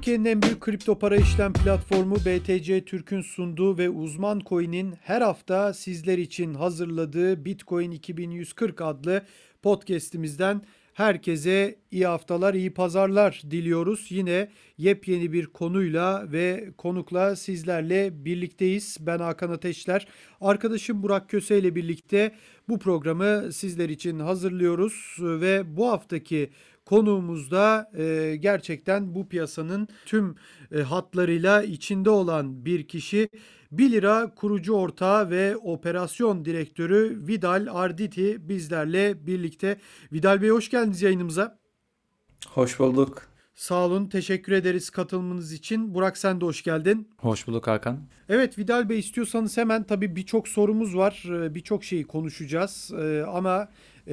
Türkiye'nin en büyük kripto para işlem platformu BTC Türk'ün sunduğu ve Uzman Coin'in her hafta sizler için hazırladığı Bitcoin 2140 adlı podcast'imizden herkese iyi haftalar, iyi pazarlar diliyoruz. Yine yepyeni bir konuyla ve konukla sizlerle birlikteyiz. Ben Hakan Ateşler, arkadaşım Burak Köse ile birlikte bu programı sizler için hazırlıyoruz ve bu haftaki konuğumuzda gerçekten bu piyasanın tüm hatlarıyla içinde olan bir kişi. 1 lira kurucu ortağı ve operasyon direktörü Vidal Arditi bizlerle birlikte. Vidal Bey, hoş geldiniz yayınımıza. Hoş bulduk. Sağ olun, teşekkür ederiz katılımınız için. Burak, sen de hoş geldin. Hoş bulduk Hakan. Evet Vidal Bey, istiyorsanız hemen, tabii birçok sorumuz var, birçok şeyi konuşacağız. Ama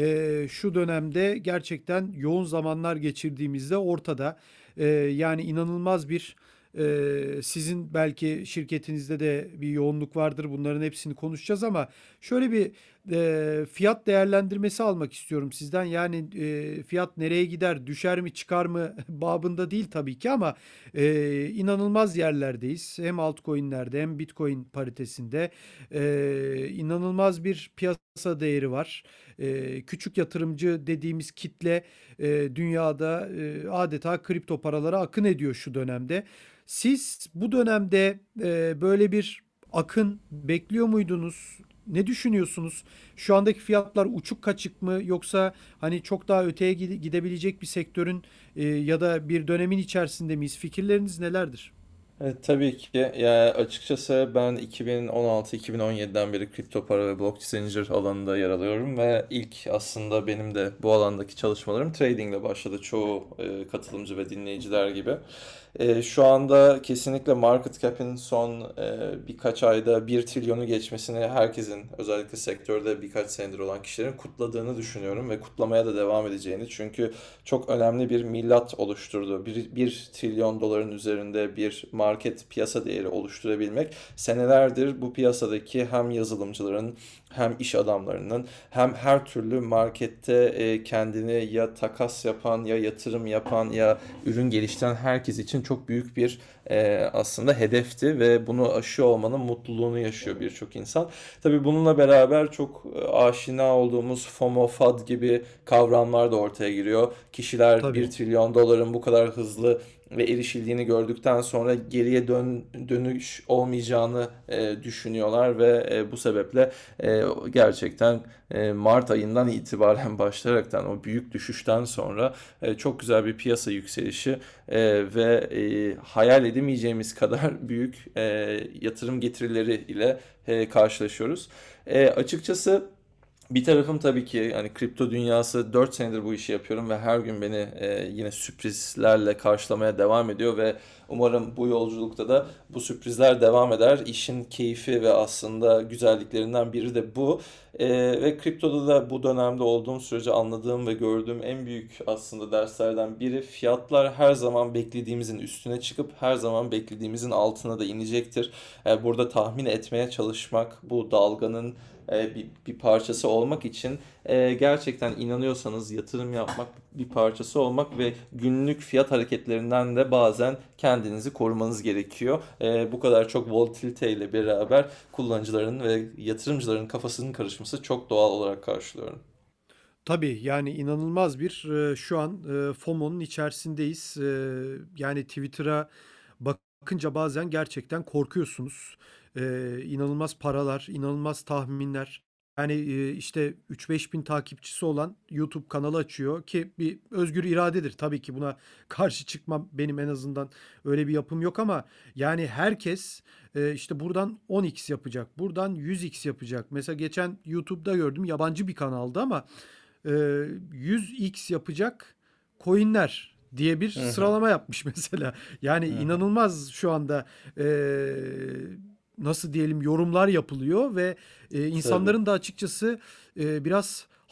şu dönemde gerçekten yoğun zamanlar geçirdiğimizde ortada. Yani inanılmaz bir, sizin belki şirketinizde de bir yoğunluk vardır, bunların hepsini konuşacağız ama şöyle bir fiyat değerlendirmesi almak istiyorum sizden. Yani fiyat nereye gider, düşer mi çıkar mı babında değil tabii ki ama inanılmaz yerlerdeyiz. Hem altcoin'lerde hem Bitcoin paritesinde inanılmaz bir piyasa değeri var. Küçük yatırımcı dediğimiz kitle dünyada adeta kripto paralara akın ediyor şu dönemde. Siz bu dönemde böyle bir akın bekliyor muydunuz? Ne düşünüyorsunuz? Şu andaki fiyatlar uçuk kaçık mı, yoksa hani çok daha öteye gidebilecek bir sektörün ya da bir dönemin içerisinde miyiz? Fikirleriniz nelerdir? Evet, tabii ki. Ya açıkçası ben 2016-2017'den beri kripto para ve blok zincir alanında yer alıyorum ve ilk aslında benim de bu alandaki çalışmalarım tradingle başladı, çoğu katılımcı ve dinleyiciler gibi. Şu anda kesinlikle market cap'in son birkaç ayda 1 trilyonu geçmesini herkesin, özellikle sektörde birkaç senedir olan kişilerin kutladığını düşünüyorum ve kutlamaya da devam edeceğini. Çünkü çok önemli bir milat oluşturdu. 1 trilyon doların üzerinde bir market piyasa değeri oluşturabilmek, senelerdir bu piyasadaki hem yazılımcıların hem iş adamlarının hem her türlü markette kendini ya takas yapan ya yatırım yapan ya ürün geliştiren herkes için çok büyük bir aslında hedefti ve bunu aşıyor olmanın mutluluğunu yaşıyor birçok insan. Tabii bununla beraber çok aşina olduğumuz FOMO, FUD gibi kavramlar da ortaya giriyor. Kişiler Tabii. 1 trilyon doların bu kadar hızlı ve erişildiğini gördükten sonra geriye dönüş olmayacağını düşünüyorlar ve bu sebeple gerçekten Mart ayından itibaren başlayaraktan o büyük düşüşten sonra çok güzel bir piyasa yükselişi ve hayal edemeyeceğimiz kadar büyük yatırım getirileri ile karşılaşıyoruz. Açıkçası bir tarafım tabii ki, yani kripto dünyası, 4 senedir bu işi yapıyorum ve her gün beni yine sürprizlerle karşılamaya devam ediyor ve umarım bu yolculukta da bu sürprizler devam eder. İşin keyfi ve aslında güzelliklerinden biri de bu. Ve kriptoda da bu dönemde olduğum sürece anladığım ve gördüğüm en büyük aslında derslerden biri, fiyatlar her zaman beklediğimizin üstüne çıkıp her zaman beklediğimizin altına da inecektir. Burada tahmin etmeye çalışmak, bu dalganın bir parçası olmak için gerçekten inanıyorsanız yatırım yapmak, bir parçası olmak ve günlük fiyat hareketlerinden de bazen kendinizi korumanız gerekiyor. Bu kadar çok volatilite ile beraber kullanıcıların ve yatırımcıların kafasının karışması çok doğal olarak karşılıyorum. Tabii, yani inanılmaz bir şu an FOMO'nun içerisindeyiz. Yani Twitter'a bakınca bazen gerçekten korkuyorsunuz. İnanılmaz paralar, inanılmaz tahminler. Yani işte 3-5 bin takipçisi olan YouTube kanalı açıyor ki bir özgür iradedir. Tabii ki buna karşı çıkmam, benim en azından öyle bir yapım yok ama yani herkes işte buradan 10x yapacak, buradan 100x yapacak. Mesela geçen YouTube'da gördüm, yabancı bir kanaldı ama 100x yapacak coinler diye bir Hı hı. sıralama yapmış mesela. Yani Hı hı. inanılmaz şu anda nasıl diyelim, yorumlar yapılıyor ve Tabii. insanların da açıkçası biraz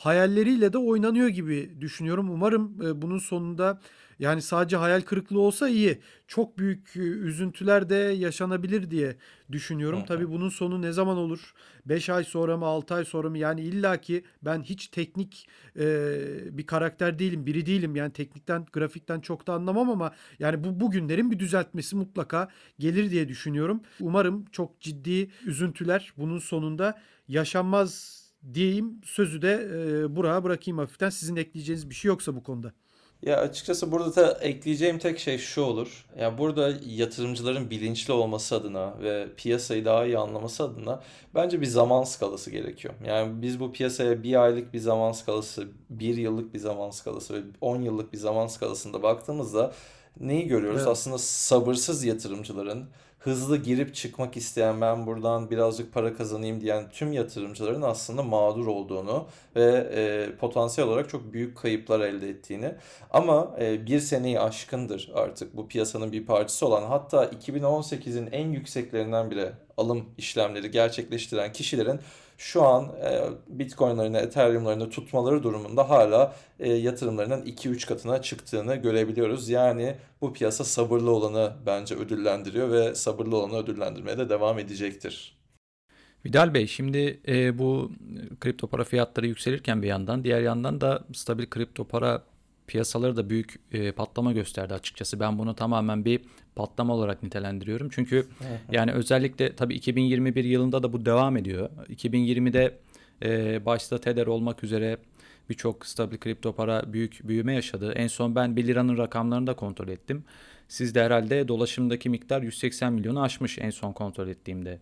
hayalleriyle de oynanıyor gibi düşünüyorum. Umarım bunun sonunda yani sadece hayal kırıklığı olsa iyi. Çok büyük üzüntüler de yaşanabilir diye Hı düşünüyorum. hı. Tabii bunun sonu ne zaman olur? 5 ay sonra mı, 6 ay sonra mı? Yani illaki ben hiç teknik bir karakter değilim, biri değilim. Yani teknikten, grafikten çok da anlamam ama yani bu günlerin bir düzeltmesi mutlaka gelir diye düşünüyorum. Umarım çok ciddi üzüntüler bunun sonunda yaşanmaz diyeyim. Sözü de buraya bırakayım hafiften. Sizin ekleyeceğiniz bir şey yoksa bu konuda. Ya açıkçası burada da ekleyeceğim tek şey şu olur. Ya burada yatırımcıların bilinçli olması adına ve piyasayı daha iyi anlaması adına bence bir zaman skalası gerekiyor. Yani biz bu piyasaya bir aylık bir zaman skalası, bir yıllık bir zaman skalası ve 10 yıllık bir zaman skalasında baktığımızda neyi görüyoruz? Evet. Aslında sabırsız yatırımcıların, hızlı girip çıkmak isteyen, ben buradan birazcık para kazanayım diyen tüm yatırımcıların aslında mağdur olduğunu ve potansiyel olarak çok büyük kayıplar elde ettiğini, ama bir seneyi aşkındır artık bu piyasanın bir parçası olan, hatta 2018'in en yükseklerinden bile alım işlemleri gerçekleştiren kişilerin şu an Bitcoin'larını, Ethereum'larını tutmaları durumunda hala yatırımlarının 2-3 katına çıktığını görebiliyoruz. Yani bu piyasa sabırlı olanı bence ödüllendiriyor ve sabırlı olanı ödüllendirmeye de devam edecektir. Vidal Bey, şimdi bu kripto para fiyatları yükselirken bir yandan, diğer yandan da stabil kripto para piyasaları da büyük patlama gösterdi açıkçası. Ben bunu tamamen bir patlama olarak nitelendiriyorum. Çünkü yani özellikle tabii 2021 yılında da bu devam ediyor. 2020'de başta Tether olmak üzere birçok stabil kripto para büyük büyüme yaşadı. En son ben 1 liranın rakamlarını da kontrol ettim. Sizde herhalde dolaşımdaki miktar 180 milyonu aşmış en son kontrol ettiğimde.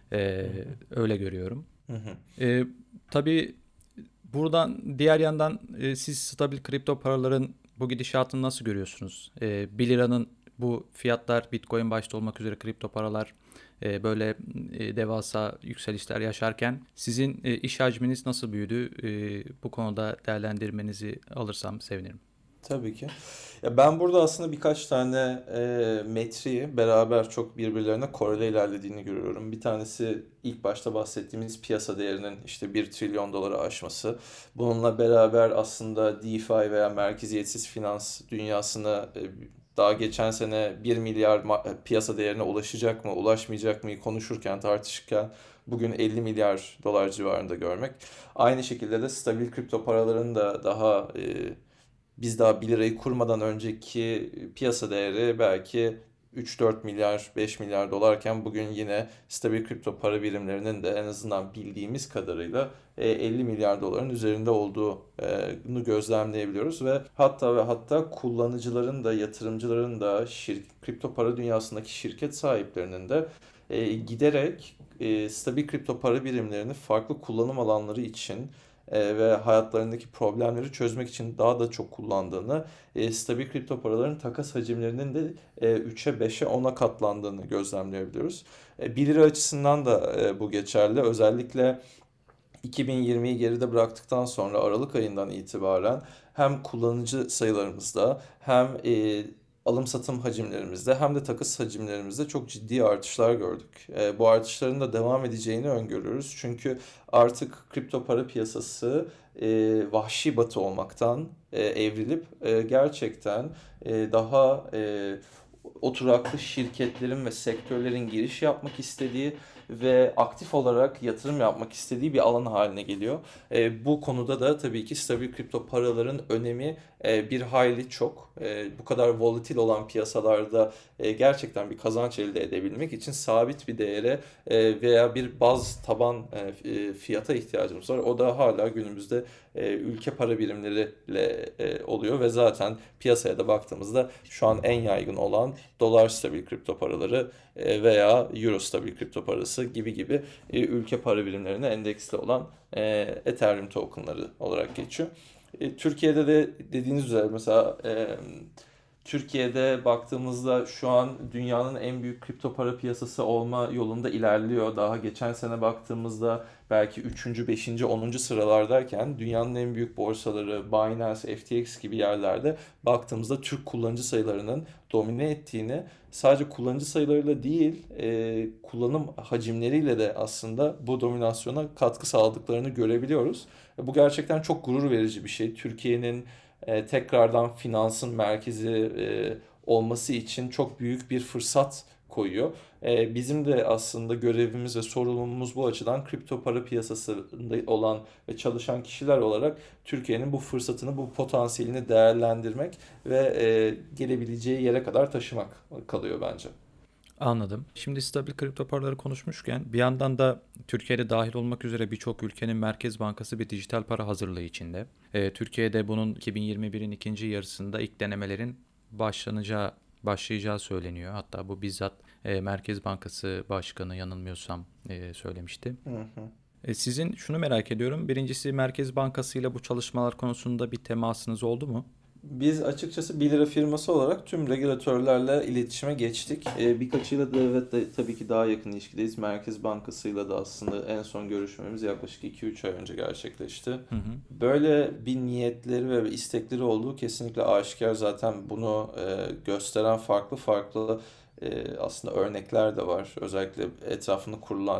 Öyle görüyorum. Hı hı. Ee, tabii buradan diğer yandan siz stabil kripto paraların bu gidişatını nasıl görüyorsunuz? 1 liranın bu fiyatlar, Bitcoin başta olmak üzere kripto paralar böyle devasa yükselişler yaşarken sizin iş hacminiz nasıl büyüdü? Bu konuda değerlendirmenizi alırsam sevinirim. Tabii ki. Ya ben burada aslında birkaç tane metriği beraber çok birbirlerine korele ilerlediğini görüyorum. Bir tanesi ilk başta bahsettiğimiz piyasa değerinin işte 1 trilyon doları aşması. Bununla beraber aslında DeFi veya merkeziyetsiz finans dünyasına daha geçen sene 1 milyar piyasa değerine ulaşacak mı, ulaşmayacak mı konuşurken, tartışırken bugün 50 milyar dolar civarında görmek. Aynı şekilde de stabil kripto paraların da biz daha 1 lirayı kurmadan önceki piyasa değeri belki 3-4 milyar, 5 milyar dolarken bugün yine stabil kripto para birimlerinin de en azından bildiğimiz kadarıyla 50 milyar doların üzerinde olduğunu gözlemleyebiliyoruz ve hatta kullanıcıların da, yatırımcıların da, kripto para dünyasındaki şirket sahiplerinin de giderek stabil kripto para birimlerini farklı kullanım alanları için ve hayatlarındaki problemleri çözmek için daha da çok kullandığını, stabil kripto paraların takas hacimlerinin de 3'e, 5'e, 10'a katlandığını gözlemleyebiliyoruz. 1 lira açısından da bu geçerli. Özellikle 2020'yi geride bıraktıktan sonra Aralık ayından itibaren hem kullanıcı sayılarımızda hem alım satım hacimlerimizde hem de takas hacimlerimizde çok ciddi artışlar gördük. Bu artışların da devam edeceğini öngörüyoruz. Çünkü artık kripto para piyasası vahşi batı olmaktan evrilip gerçekten daha oturaklı şirketlerin ve sektörlerin giriş yapmak istediği ve aktif olarak yatırım yapmak istediği bir alan haline geliyor. Bu konuda da tabii ki stabil kripto paraların önemi bir hayli çok. Bu kadar volatil olan piyasalarda gerçekten bir kazanç elde edebilmek için sabit bir değere veya bir baz taban fiyata ihtiyacımız var. O da hala günümüzde ülke para birimleriyle oluyor ve zaten piyasaya da baktığımızda şu an en yaygın olan dolar stabil kripto paraları veya euro stabil kripto parası gibi ülke para birimlerine endeksli olan Ethereum tokenları olarak geçiyor. Türkiye'de de dediğiniz üzere mesela Türkiye'de baktığımızda şu an dünyanın en büyük kripto para piyasası olma yolunda ilerliyor. Daha geçen sene baktığımızda belki üçüncü, beşinci, onuncu sıralardayken dünyanın en büyük borsaları Binance, FTX gibi yerlerde baktığımızda Türk kullanıcı sayılarının domine ettiğini, sadece kullanıcı sayılarıyla değil, kullanım hacimleriyle de aslında bu dominasyona katkı sağladıklarını görebiliyoruz. Bu gerçekten çok gurur verici bir şey. Türkiye'nin tekrardan finansın merkezi olması için çok büyük bir fırsat koyuyor. Bizim de aslında görevimiz ve sorumluluğumuz bu açıdan kripto para piyasasında olan ve çalışan kişiler olarak Türkiye'nin bu fırsatını, bu potansiyelini değerlendirmek ve gelebileceği yere kadar taşımak kalıyor bence. Anladım. Şimdi stabil kripto paraları konuşmuşken bir yandan da Türkiye'de dahil olmak üzere birçok ülkenin Merkez Bankası bir dijital para hazırlığı içinde. Türkiye'de bunun 2021'in ikinci yarısında ilk denemelerin başlayacağı söyleniyor. Hatta bu bizzat Merkez Bankası Başkanı yanılmıyorsam söylemişti. Hı hı. Sizin şunu merak ediyorum. Birincisi Merkez Bankası ile bu çalışmalar konusunda bir temasınız oldu mu? Biz açıkçası 1 lira firması olarak tüm regülatörlerle iletişime geçtik. Birkaçıyla da evet de tabii ki daha yakın ilişkideyiz. Merkez Bankası'yla da aslında en son görüşmemiz yaklaşık 2-3 ay önce gerçekleşti. Hı hı. Böyle bir niyetleri ve istekleri olduğu kesinlikle aşikar. Zaten bunu gösteren farklı farklı aslında örnekler de var. Özellikle etrafında kurulan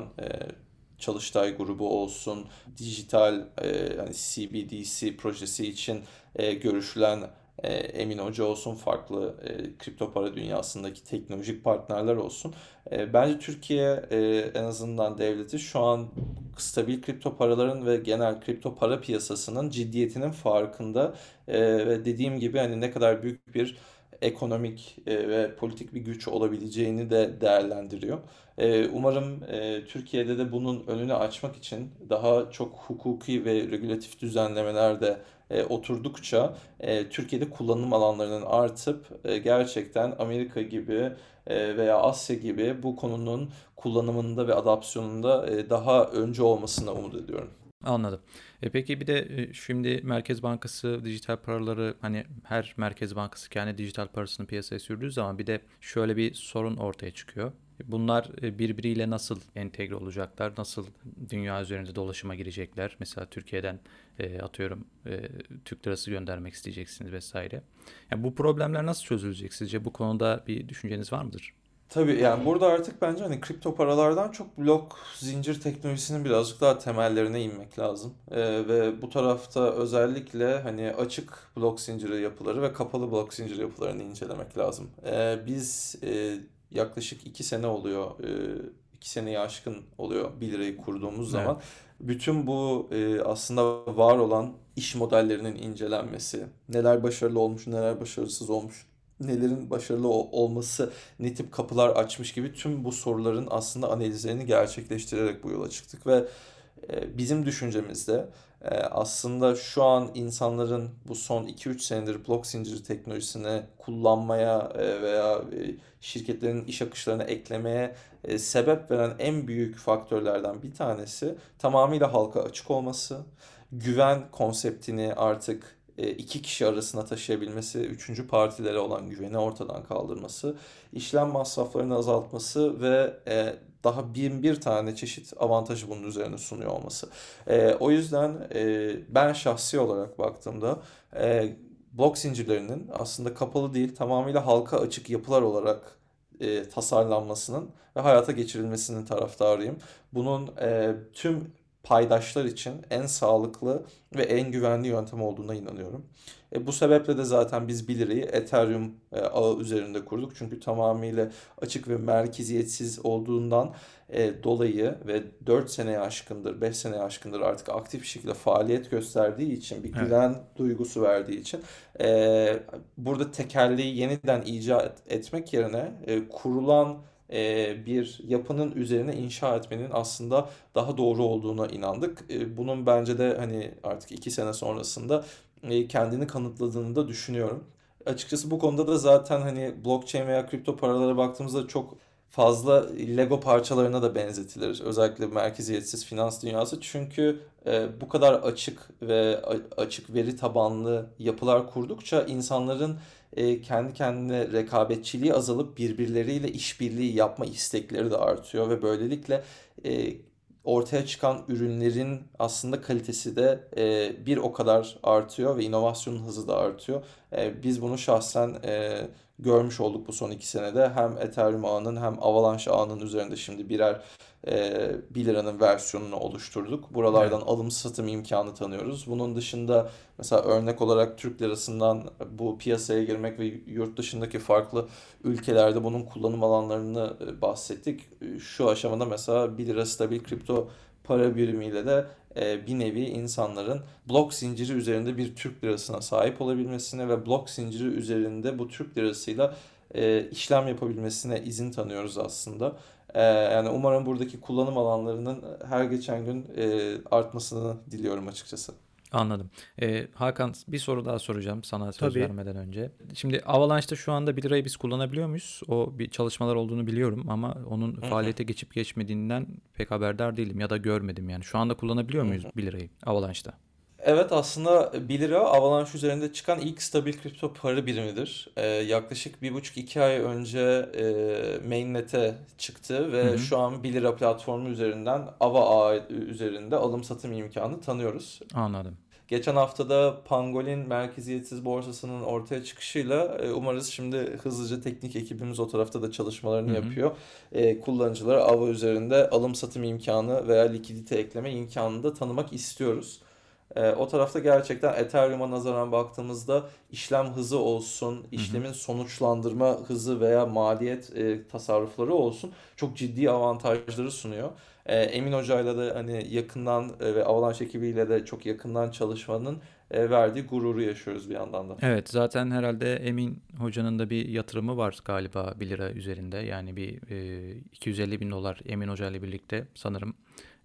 Çalıştay grubu olsun, dijital hani CBDC projesi için görüşülen Emin Hoca olsun, farklı kripto para dünyasındaki teknolojik partnerler olsun. Bence Türkiye en azından devleti şu an stabil kripto paraların ve genel kripto para piyasasının ciddiyetinin farkında. Ve dediğim gibi hani ne kadar büyük bir ekonomik ve politik bir güç olabileceğini de değerlendiriyor. Umarım Türkiye'de de bunun önünü açmak için daha çok hukuki ve regülatif düzenlemeler de oturdukça Türkiye'de kullanım alanlarının artıp gerçekten Amerika gibi veya Asya gibi bu konunun kullanımında ve adapsiyonunda daha önce olmasını umut ediyorum. Anladım. Peki bir de şimdi Merkez Bankası dijital paraları hani her Merkez Bankası kendi dijital parasını piyasaya sürdüğü zaman bir de şöyle bir sorun ortaya çıkıyor. Bunlar birbiriyle nasıl entegre olacaklar? Nasıl dünya üzerinde dolaşıma girecekler? Mesela Türkiye'den atıyorum Türk lirası göndermek isteyeceksiniz vesaire. Yani bu problemler nasıl çözülecek sizce? Bu konuda bir düşünceniz var mıdır? Tabii yani burada artık bence hani kripto paralardan çok blok zincir teknolojisinin birazcık daha temellerine inmek lazım. Ve bu tarafta özellikle hani açık blok zinciri yapıları ve kapalı blok zinciri yapılarını incelemek lazım. Biz yaklaşık 2 sene oluyor, 2 seneyi aşkın oluyor 1 lirayı kurduğumuz Evet. zaman. Bütün bu aslında var olan iş modellerinin incelenmesi, neler başarılı olmuş, neler başarısız olmuş, nelerin başarılı olması ne tip kapılar açmış gibi tüm bu soruların aslında analizlerini gerçekleştirerek bu yola çıktık ve bizim düşüncemizde aslında şu an insanların bu son 2-3 senedir blok zinciri teknolojisini kullanmaya veya şirketlerin iş akışlarına eklemeye sebep veren en büyük faktörlerden bir tanesi tamamıyla halka açık olması, güven konseptini artık iki kişi arasına taşıyabilmesi, üçüncü partilere olan güveni ortadan kaldırması, işlem masraflarını azaltması ve daha bin bir tane çeşit avantajı bunun üzerine sunuyor olması. O yüzden ben şahsi olarak baktığımda blok zincirlerinin aslında kapalı değil, tamamıyla halka açık yapılar olarak tasarlanmasının ve hayata geçirilmesinin taraftarıyım. Bunun tüm paydaşlar için en sağlıklı ve en güvenli yöntem olduğuna inanıyorum. Bu sebeple de zaten biz 1 lirayı Ethereum ağı üzerinde kurduk. Çünkü tamamıyla açık ve merkeziyetsiz olduğundan dolayı ve 4 seneye aşkındır, 5 seneye aşkındır artık aktif bir şekilde faaliyet gösterdiği için, bir Evet. güven duygusu verdiği için burada tekelleği yeniden icat etmek yerine kurulan bir yapının üzerine inşa etmenin aslında daha doğru olduğuna inandık. Bunun bence de hani artık 2 sene sonrasında kendini kanıtladığını da düşünüyorum. Açıkçası bu konuda da zaten hani blockchain veya kripto paralara baktığımızda çok fazla Lego parçalarına da benzetilir. Özellikle merkeziyetsiz finans dünyası. Çünkü bu kadar açık ve açık veri tabanlı yapılar kurdukça insanların kendi kendine rekabetçiliği azalıp birbirleriyle işbirliği yapma istekleri de artıyor ve böylelikle e, ortaya çıkan ürünlerin aslında kalitesi de bir o kadar artıyor ve inovasyonun hızı da artıyor. Biz bunu şahsen görmüş olduk bu son 2 senede. Hem Ethereum ağının hem Avalanche ağının üzerinde şimdi birer 1 liranın versiyonunu oluşturduk. Evet. Buralardan alım satım imkanı tanıyoruz. Bunun dışında mesela örnek olarak Türk lirasından bu piyasaya girmek ve yurt dışındaki farklı ülkelerde bunun kullanım alanlarını bahsettik. Şu aşamada mesela 1 lira stabil kripto para birimiyle de bir nevi insanların blok zinciri üzerinde bir Türk lirasına sahip olabilmesine ve blok zinciri üzerinde bu Türk lirasıyla işlem yapabilmesine izin tanıyoruz aslında. Yani umarım buradaki kullanım alanlarının her geçen gün artmasını diliyorum açıkçası. Anladım. Hakan, bir soru daha soracağım sana söz Tabii. vermeden önce. Şimdi Avalanche'da şu anda 1 lirayı biz kullanabiliyor muyuz? O bir çalışmalar olduğunu biliyorum ama onun Hı hı, faaliyete geçip geçmediğinden pek haberdar değilim ya da görmedim yani. Şu anda kullanabiliyor hı muyuz hı. 1 lirayı Avalanche'da? Evet, aslında 1 lira Avalanche üzerinde çıkan ilk stabil kripto para birimidir. Yaklaşık 1,5-2 ay önce mainnet'e çıktı Hı ve hı. şu an 1 lira platformu üzerinden Ava ağı üzerinde alım satım imkanı tanıyoruz. Anladım. Geçen haftada Pangolin merkeziyetsiz borsasının ortaya çıkışıyla umarız şimdi hızlıca teknik ekibimiz o tarafta da Hı çalışmalarını hı. yapıyor. Kullanıcılara Ava üzerinde alım satım imkanı veya likidite ekleme imkanını da tanımak istiyoruz. O tarafta gerçekten Ethereum'a nazaran baktığımızda işlem hızı olsun, Hı hı. işlemin sonuçlandırma hızı veya maliyet tasarrufları olsun çok ciddi avantajları sunuyor. Emin Hoca'yla da hani yakından ve Avalanche ekibiyle de çok yakından çalışmanın verdiği gururu yaşıyoruz bir yandan da. Evet, zaten herhalde Emin Hoca'nın da bir yatırımı var galiba 1 lira üzerinde. Yani bir 250 bin dolar Emin Hoca ile birlikte sanırım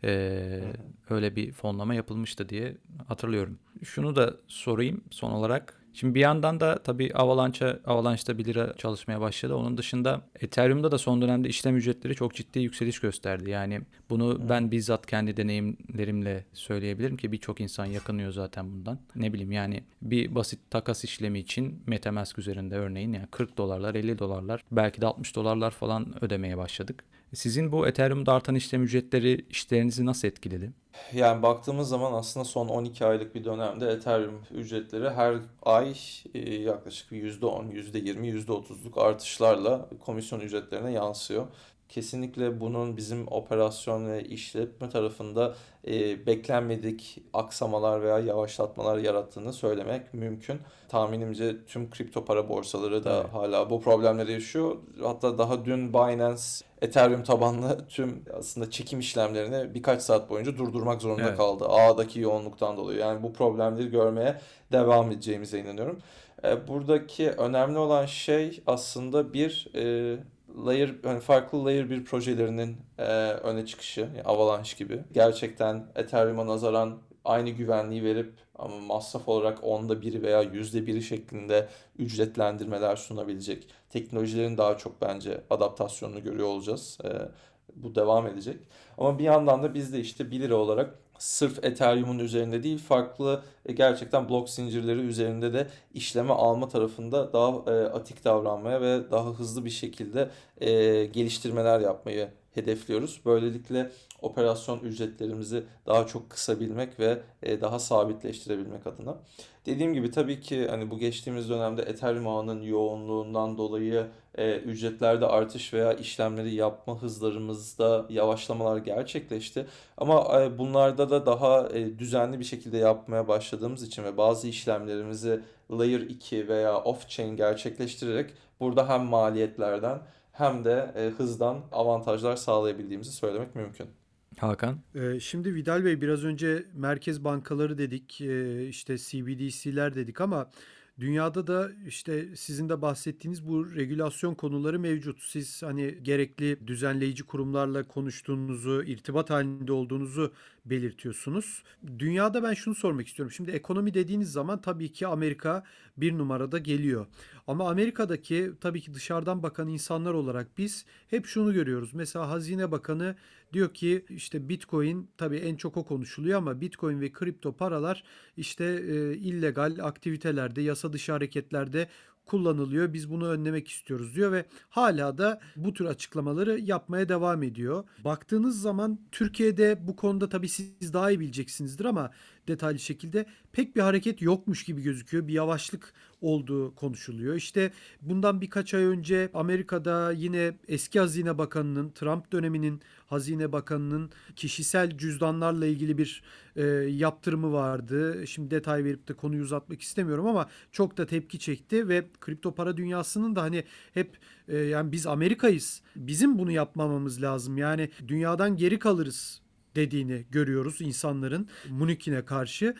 Hı e, hı. öyle bir fonlama yapılmıştı diye hatırlıyorum. Şunu da sorayım son olarak. Şimdi bir yandan da tabii Avalanche'da 1 lira çalışmaya başladı. Onun dışında Ethereum'da da son dönemde işlem ücretleri çok ciddi yükseliş gösterdi. Yani Hı bunu hı. ben bizzat kendi deneyimlerimle söyleyebilirim ki birçok insan yakınıyor zaten bundan. Ne bileyim yani bir basit takas işlemi için MetaMask üzerinde örneğin yani 40 dolarlar, 50 dolarlar, belki de 60 dolarlar falan ödemeye başladık. Sizin bu Ethereum'da artan işlem ücretleri işlerinizi nasıl etkiledi? Yani baktığımız zaman aslında son 12 aylık bir dönemde Ethereum ücretleri her ay yaklaşık %10, %20, %30'luk artışlarla komisyon ücretlerine yansıyor. Kesinlikle bunun bizim operasyon ve işletme tarafında beklenmedik aksamalar veya yavaşlatmalar yarattığını söylemek mümkün. Tahminimce tüm kripto para borsaları da Tabii. hala bu problemleri yaşıyor. Hatta daha dün Binance Ethereum tabanlı tüm aslında çekim işlemlerini birkaç saat boyunca durdurmak zorunda Evet. kaldı. Ağdaki yoğunluktan dolayı. Yani bu problemleri görmeye devam edeceğimize inanıyorum. Buradaki önemli olan şey aslında bir layer, hani farklı layer bir projelerinin öne çıkışı, yani Avalanche gibi. Gerçekten Ethereum'a nazaran aynı güvenliği verip ama masraf olarak onda biri veya %1'i şeklinde ücretlendirmeler sunabilecek teknolojilerin daha çok bence adaptasyonunu görüyor olacağız. Bu devam edecek. Ama bir yandan da biz de işte 1 lira olarak sırf Ethereum'un üzerinde değil farklı gerçekten blok zincirleri üzerinde de işleme alma tarafında daha atik davranmaya ve daha hızlı bir şekilde geliştirmeler yapmayı hedefliyoruz. Böylelikle operasyon ücretlerimizi daha çok kısabilmek ve daha sabitleştirebilmek adına. Dediğim gibi tabii ki hani bu geçtiğimiz dönemde Ethereum ağının yoğunluğundan dolayı ücretlerde artış veya işlemleri yapma hızlarımızda yavaşlamalar gerçekleşti. Ama bunlarda da daha düzenli bir şekilde yapmaya başladığımız için ve bazı işlemlerimizi Layer 2 veya off-chain gerçekleştirerek burada hem maliyetlerden hem de hızdan avantajlar sağlayabildiğimizi söylemek mümkün. Hakan? Şimdi Vidal Bey biraz önce merkez bankaları dedik, işte CBDC'ler dedik ama Dünyada da işte sizin de bahsettiğiniz bu regülasyon konuları mevcut. Siz hani gerekli düzenleyici kurumlarla konuştuğunuzu, irtibat halinde olduğunuzu belirtiyorsunuz. Dünyada ben şunu sormak istiyorum. Şimdi ekonomi dediğiniz zaman tabii ki Amerika bir numarada geliyor. Ama Amerika'daki tabii ki dışarıdan bakan insanlar olarak biz hep şunu görüyoruz. Mesela Hazine Bakanı diyor ki işte Bitcoin, tabii en çok o konuşuluyor ama Bitcoin ve kripto paralar işte illegal aktivitelerde, yasa dışı hareketlerde kullanılıyor. Biz bunu önlemek istiyoruz diyor ve hala da bu tür açıklamaları yapmaya devam ediyor. Baktığınız zaman Türkiye'de bu konuda tabii siz daha iyi bileceksinizdir ama detaylı şekilde pek bir hareket yokmuş gibi gözüküyor. Bir yavaşlık olduğu konuşuluyor. İşte bundan birkaç ay önce Amerika'da yine eski Hazine Bakanı'nın, Trump döneminin Hazine Bakanı'nın kişisel cüzdanlarla ilgili bir yaptırımı vardı. Şimdi detay verip de konuyu uzatmak istemiyorum ama çok da tepki çekti ve kripto para dünyasının da hani hep yani biz Amerika'yız. Bizim bunu yapmamamız lazım. Yani dünyadan geri kalırız dediğini görüyoruz insanların Münih'ine karşı.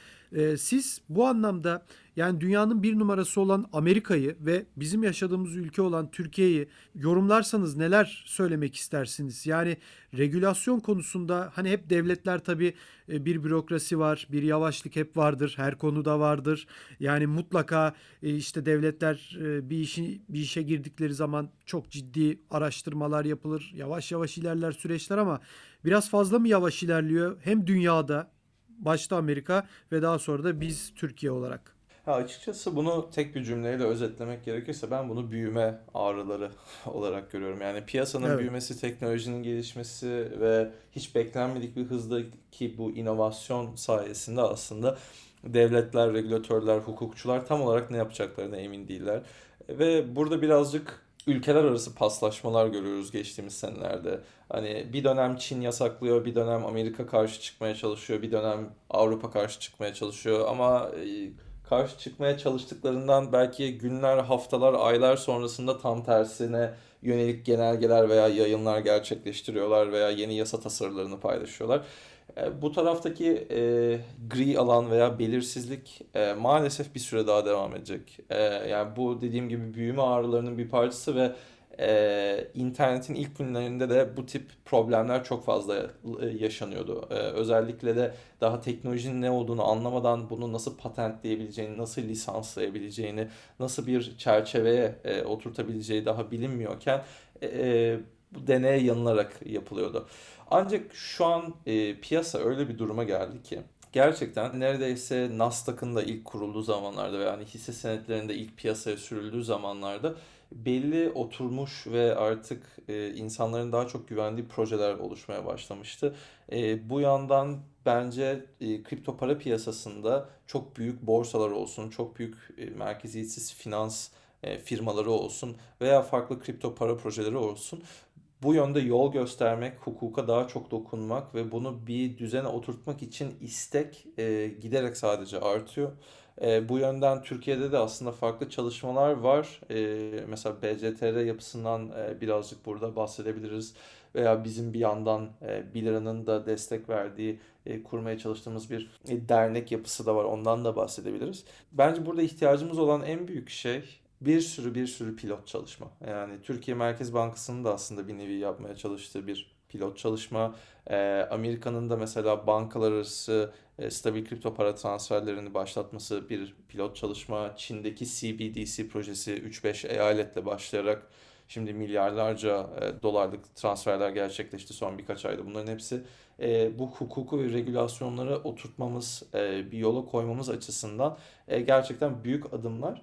Siz bu anlamda yani dünyanın bir numarası olan Amerika'yı ve bizim yaşadığımız ülke olan Türkiye'yi yorumlarsanız neler söylemek istersiniz? Yani regülasyon konusunda hani hep devletler tabii bir bürokrasi var, bir yavaşlık hep vardır, her konuda vardır. Yani mutlaka işte devletler bir işe girdikleri zaman çok ciddi araştırmalar yapılır, yavaş yavaş ilerler süreçler ama biraz fazla mı yavaş ilerliyor? Hem dünyada, başta Amerika ve daha sonra da biz Türkiye olarak. Ha, açıkçası bunu tek bir cümleyle özetlemek gerekirse ben bunu büyüme ağrıları olarak görüyorum. Yani piyasanın Evet. büyümesi, teknolojinin gelişmesi ve hiç beklenmedik bir hızdaki bu inovasyon sayesinde aslında devletler, regülatörler, hukukçular tam olarak ne yapacaklarına emin değiller. Ve burada birazcık ülkeler arası paslaşmalar görüyoruz geçtiğimiz senelerde. Hani bir dönem Çin yasaklıyor, bir dönem Amerika karşı çıkmaya çalışıyor, bir dönem Avrupa karşı çıkmaya çalışıyor ama karşı çıkmaya çalıştıklarından belki günler, haftalar, aylar sonrasında tam tersine yönelik genelgeler veya yayınlar gerçekleştiriyorlar veya yeni yasa tasarılarını paylaşıyorlar. Bu taraftaki gri alan veya belirsizlik maalesef bir süre daha devam edecek. Yani bu dediğim gibi büyüme ağrılarının bir parçası ve internetin ilk günlerinde de bu tip problemler çok fazla yaşanıyordu. Özellikle de daha teknolojinin ne olduğunu anlamadan bunu nasıl patentleyebileceğini, nasıl lisanslayabileceğini, nasıl bir çerçeveye oturtabileceği daha bilinmiyorken bu deneye yanılarak yapılıyordu. Ancak şu an piyasa öyle bir duruma geldi ki gerçekten neredeyse Nasdaq'ın da ilk kurulduğu zamanlarda ve yani hisse senetlerinde ilk piyasaya sürüldüğü zamanlarda belli oturmuş ve artık insanların daha çok güvendiği projeler oluşmaya başlamıştı. Bu yandan bence kripto para piyasasında çok büyük borsalar olsun, çok büyük merkeziyetsiz finans firmaları olsun veya farklı kripto para projeleri olsun. Bu yönde yol göstermek, hukuka daha çok dokunmak ve bunu bir düzene oturtmak için istek giderek sadece artıyor. Bu yönden Türkiye'de de aslında farklı çalışmalar var. Mesela BCTR yapısından birazcık burada bahsedebiliriz. Veya bizim bir yandan 1 liranın da destek verdiği, kurmaya çalıştığımız bir dernek yapısı da var. Ondan da bahsedebiliriz. Bence burada ihtiyacımız olan en büyük şey bir sürü pilot çalışma. Yani Türkiye Merkez Bankası'nın da aslında bir nevi yapmaya çalıştığı bir pilot çalışma. Amerika'nın da mesela bankalar arası stabil kripto para transferlerini başlatması bir pilot çalışma. Çin'deki CBDC projesi 3-5 eyaletle başlayarak şimdi milyarlarca dolarlık transferler gerçekleşti son birkaç ayda. Bunların hepsi bu hukuku ve regülasyonları oturtmamız, bir yola koymamız açısından gerçekten büyük adımlar.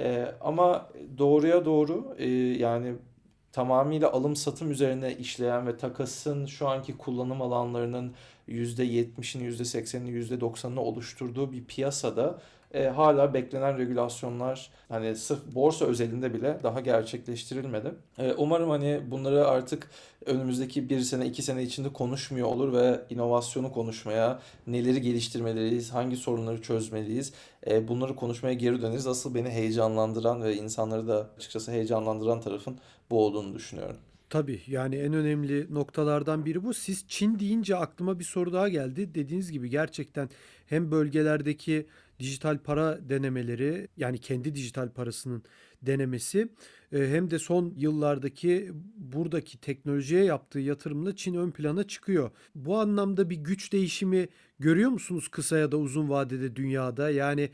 Ama doğruya doğru yani tamamıyla alım satım üzerine işleyen ve takasın şu anki kullanım alanlarının %70'ini, %80'ini, %90'ını oluşturduğu bir piyasada hala beklenen regülasyonlar hani sırf borsa özelinde bile daha gerçekleştirilmedi. Umarım hani bunları artık önümüzdeki 1 sene 2 sene içinde konuşmuyor olur ve inovasyonu konuşmaya, neleri geliştirmeliyiz, hangi sorunları çözmeliyiz, bunları konuşmaya geri döneriz. Asıl beni heyecanlandıran ve insanları da açıkçası heyecanlandıran tarafın bu olduğunu düşünüyorum. Tabii yani en önemli noktalardan biri bu. Siz Çin deyince aklıma bir soru daha geldi. Dediğiniz gibi gerçekten hem bölgelerdeki dijital para denemeleri, yani kendi dijital parasının denemesi, hem de son yıllardaki buradaki teknolojiye yaptığı yatırımla Çin ön plana çıkıyor. Bu anlamda bir güç değişimi görüyor musunuz kısa ya da uzun vadede dünyada? Yani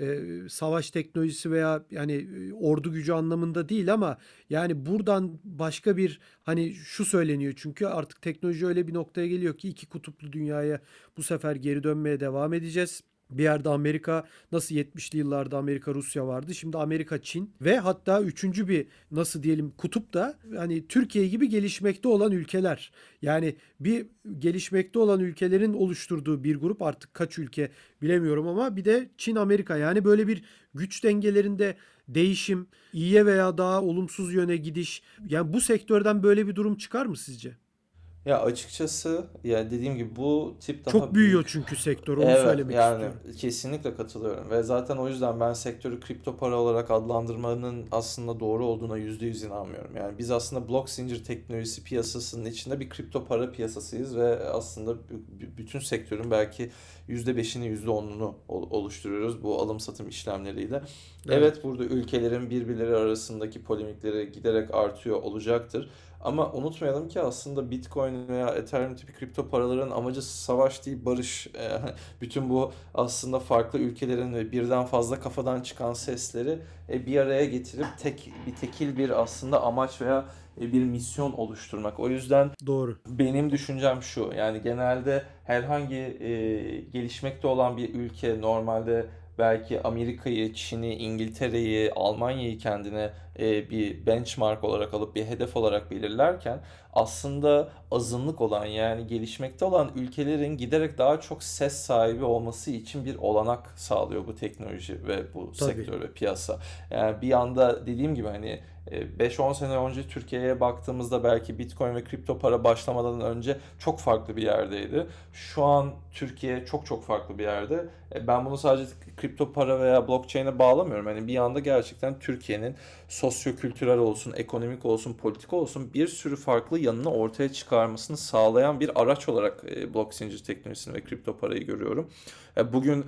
savaş teknolojisi veya yani ordu gücü anlamında değil ama yani buradan başka bir, hani şu söyleniyor çünkü artık teknoloji öyle bir noktaya geliyor ki iki kutuplu dünyaya bu sefer geri dönmeye devam edeceğiz. Bir yerde Amerika, nasıl 70'li yıllarda Amerika Rusya vardı. Şimdi Amerika Çin ve hatta üçüncü bir, nasıl diyelim, kutup da hani Türkiye gibi gelişmekte olan ülkeler. Yani bir gelişmekte olan ülkelerin oluşturduğu bir grup, artık kaç ülke bilemiyorum, ama bir de Çin Amerika. Yani böyle bir güç dengelerinde değişim, iyiye veya daha olumsuz yöne gidiş. Yani bu sektörden böyle bir durum çıkar mı sizce? Ya açıkçası ya dediğim gibi bu tip Çok daha büyüyor büyük. çünkü sektör, onu Evet söylemek yani istiyorum. kesinlikle katılıyorum ve zaten o yüzden ben sektörü kripto para olarak adlandırmanın aslında doğru olduğuna yüzde yüz inanmıyorum. Yani biz aslında blok zincir teknolojisi piyasasının içinde bir kripto para piyasasıyız ve aslında bütün sektörün belki %5'ini %10'unu oluşturuyoruz bu alım satım işlemleriyle. Evet. Evet burada ülkelerin birbirleri arasındaki polemikleri giderek artıyor olacaktır. Ama unutmayalım ki aslında Bitcoin veya Ethereum tipi kripto paraların amacı savaş değil barış. Bütün bu aslında farklı ülkelerin ve birden fazla kafadan çıkan sesleri bir araya getirip tekil bir aslında amaç veya bir misyon oluşturmak. O yüzden Doğru. benim düşüncem şu, yani genelde herhangi gelişmekte olan bir ülke normalde belki Amerika'yı, Çin'i, İngiltere'yi, Almanya'yı kendine bir benchmark olarak alıp bir hedef olarak belirlerken aslında azınlık olan yani gelişmekte olan ülkelerin giderek daha çok ses sahibi olması için bir olanak sağlıyor bu teknoloji ve bu Tabii. sektör ve piyasa. Yani bir anda dediğim gibi hani 5-10 sene önce Türkiye'ye baktığımızda belki Bitcoin ve kripto para başlamadan önce çok farklı bir yerdeydi. Şu an Türkiye çok çok farklı bir yerde. Ben bunu sadece kripto para veya blockchain'e bağlamıyorum. Hani bir anda gerçekten Türkiye'nin sosyo-kültürel olsun, ekonomik olsun, politik olsun bir sürü farklı yanını ortaya çıkarmasını sağlayan bir araç olarak blok zincir teknolojisini ve kripto parayı görüyorum. Bugün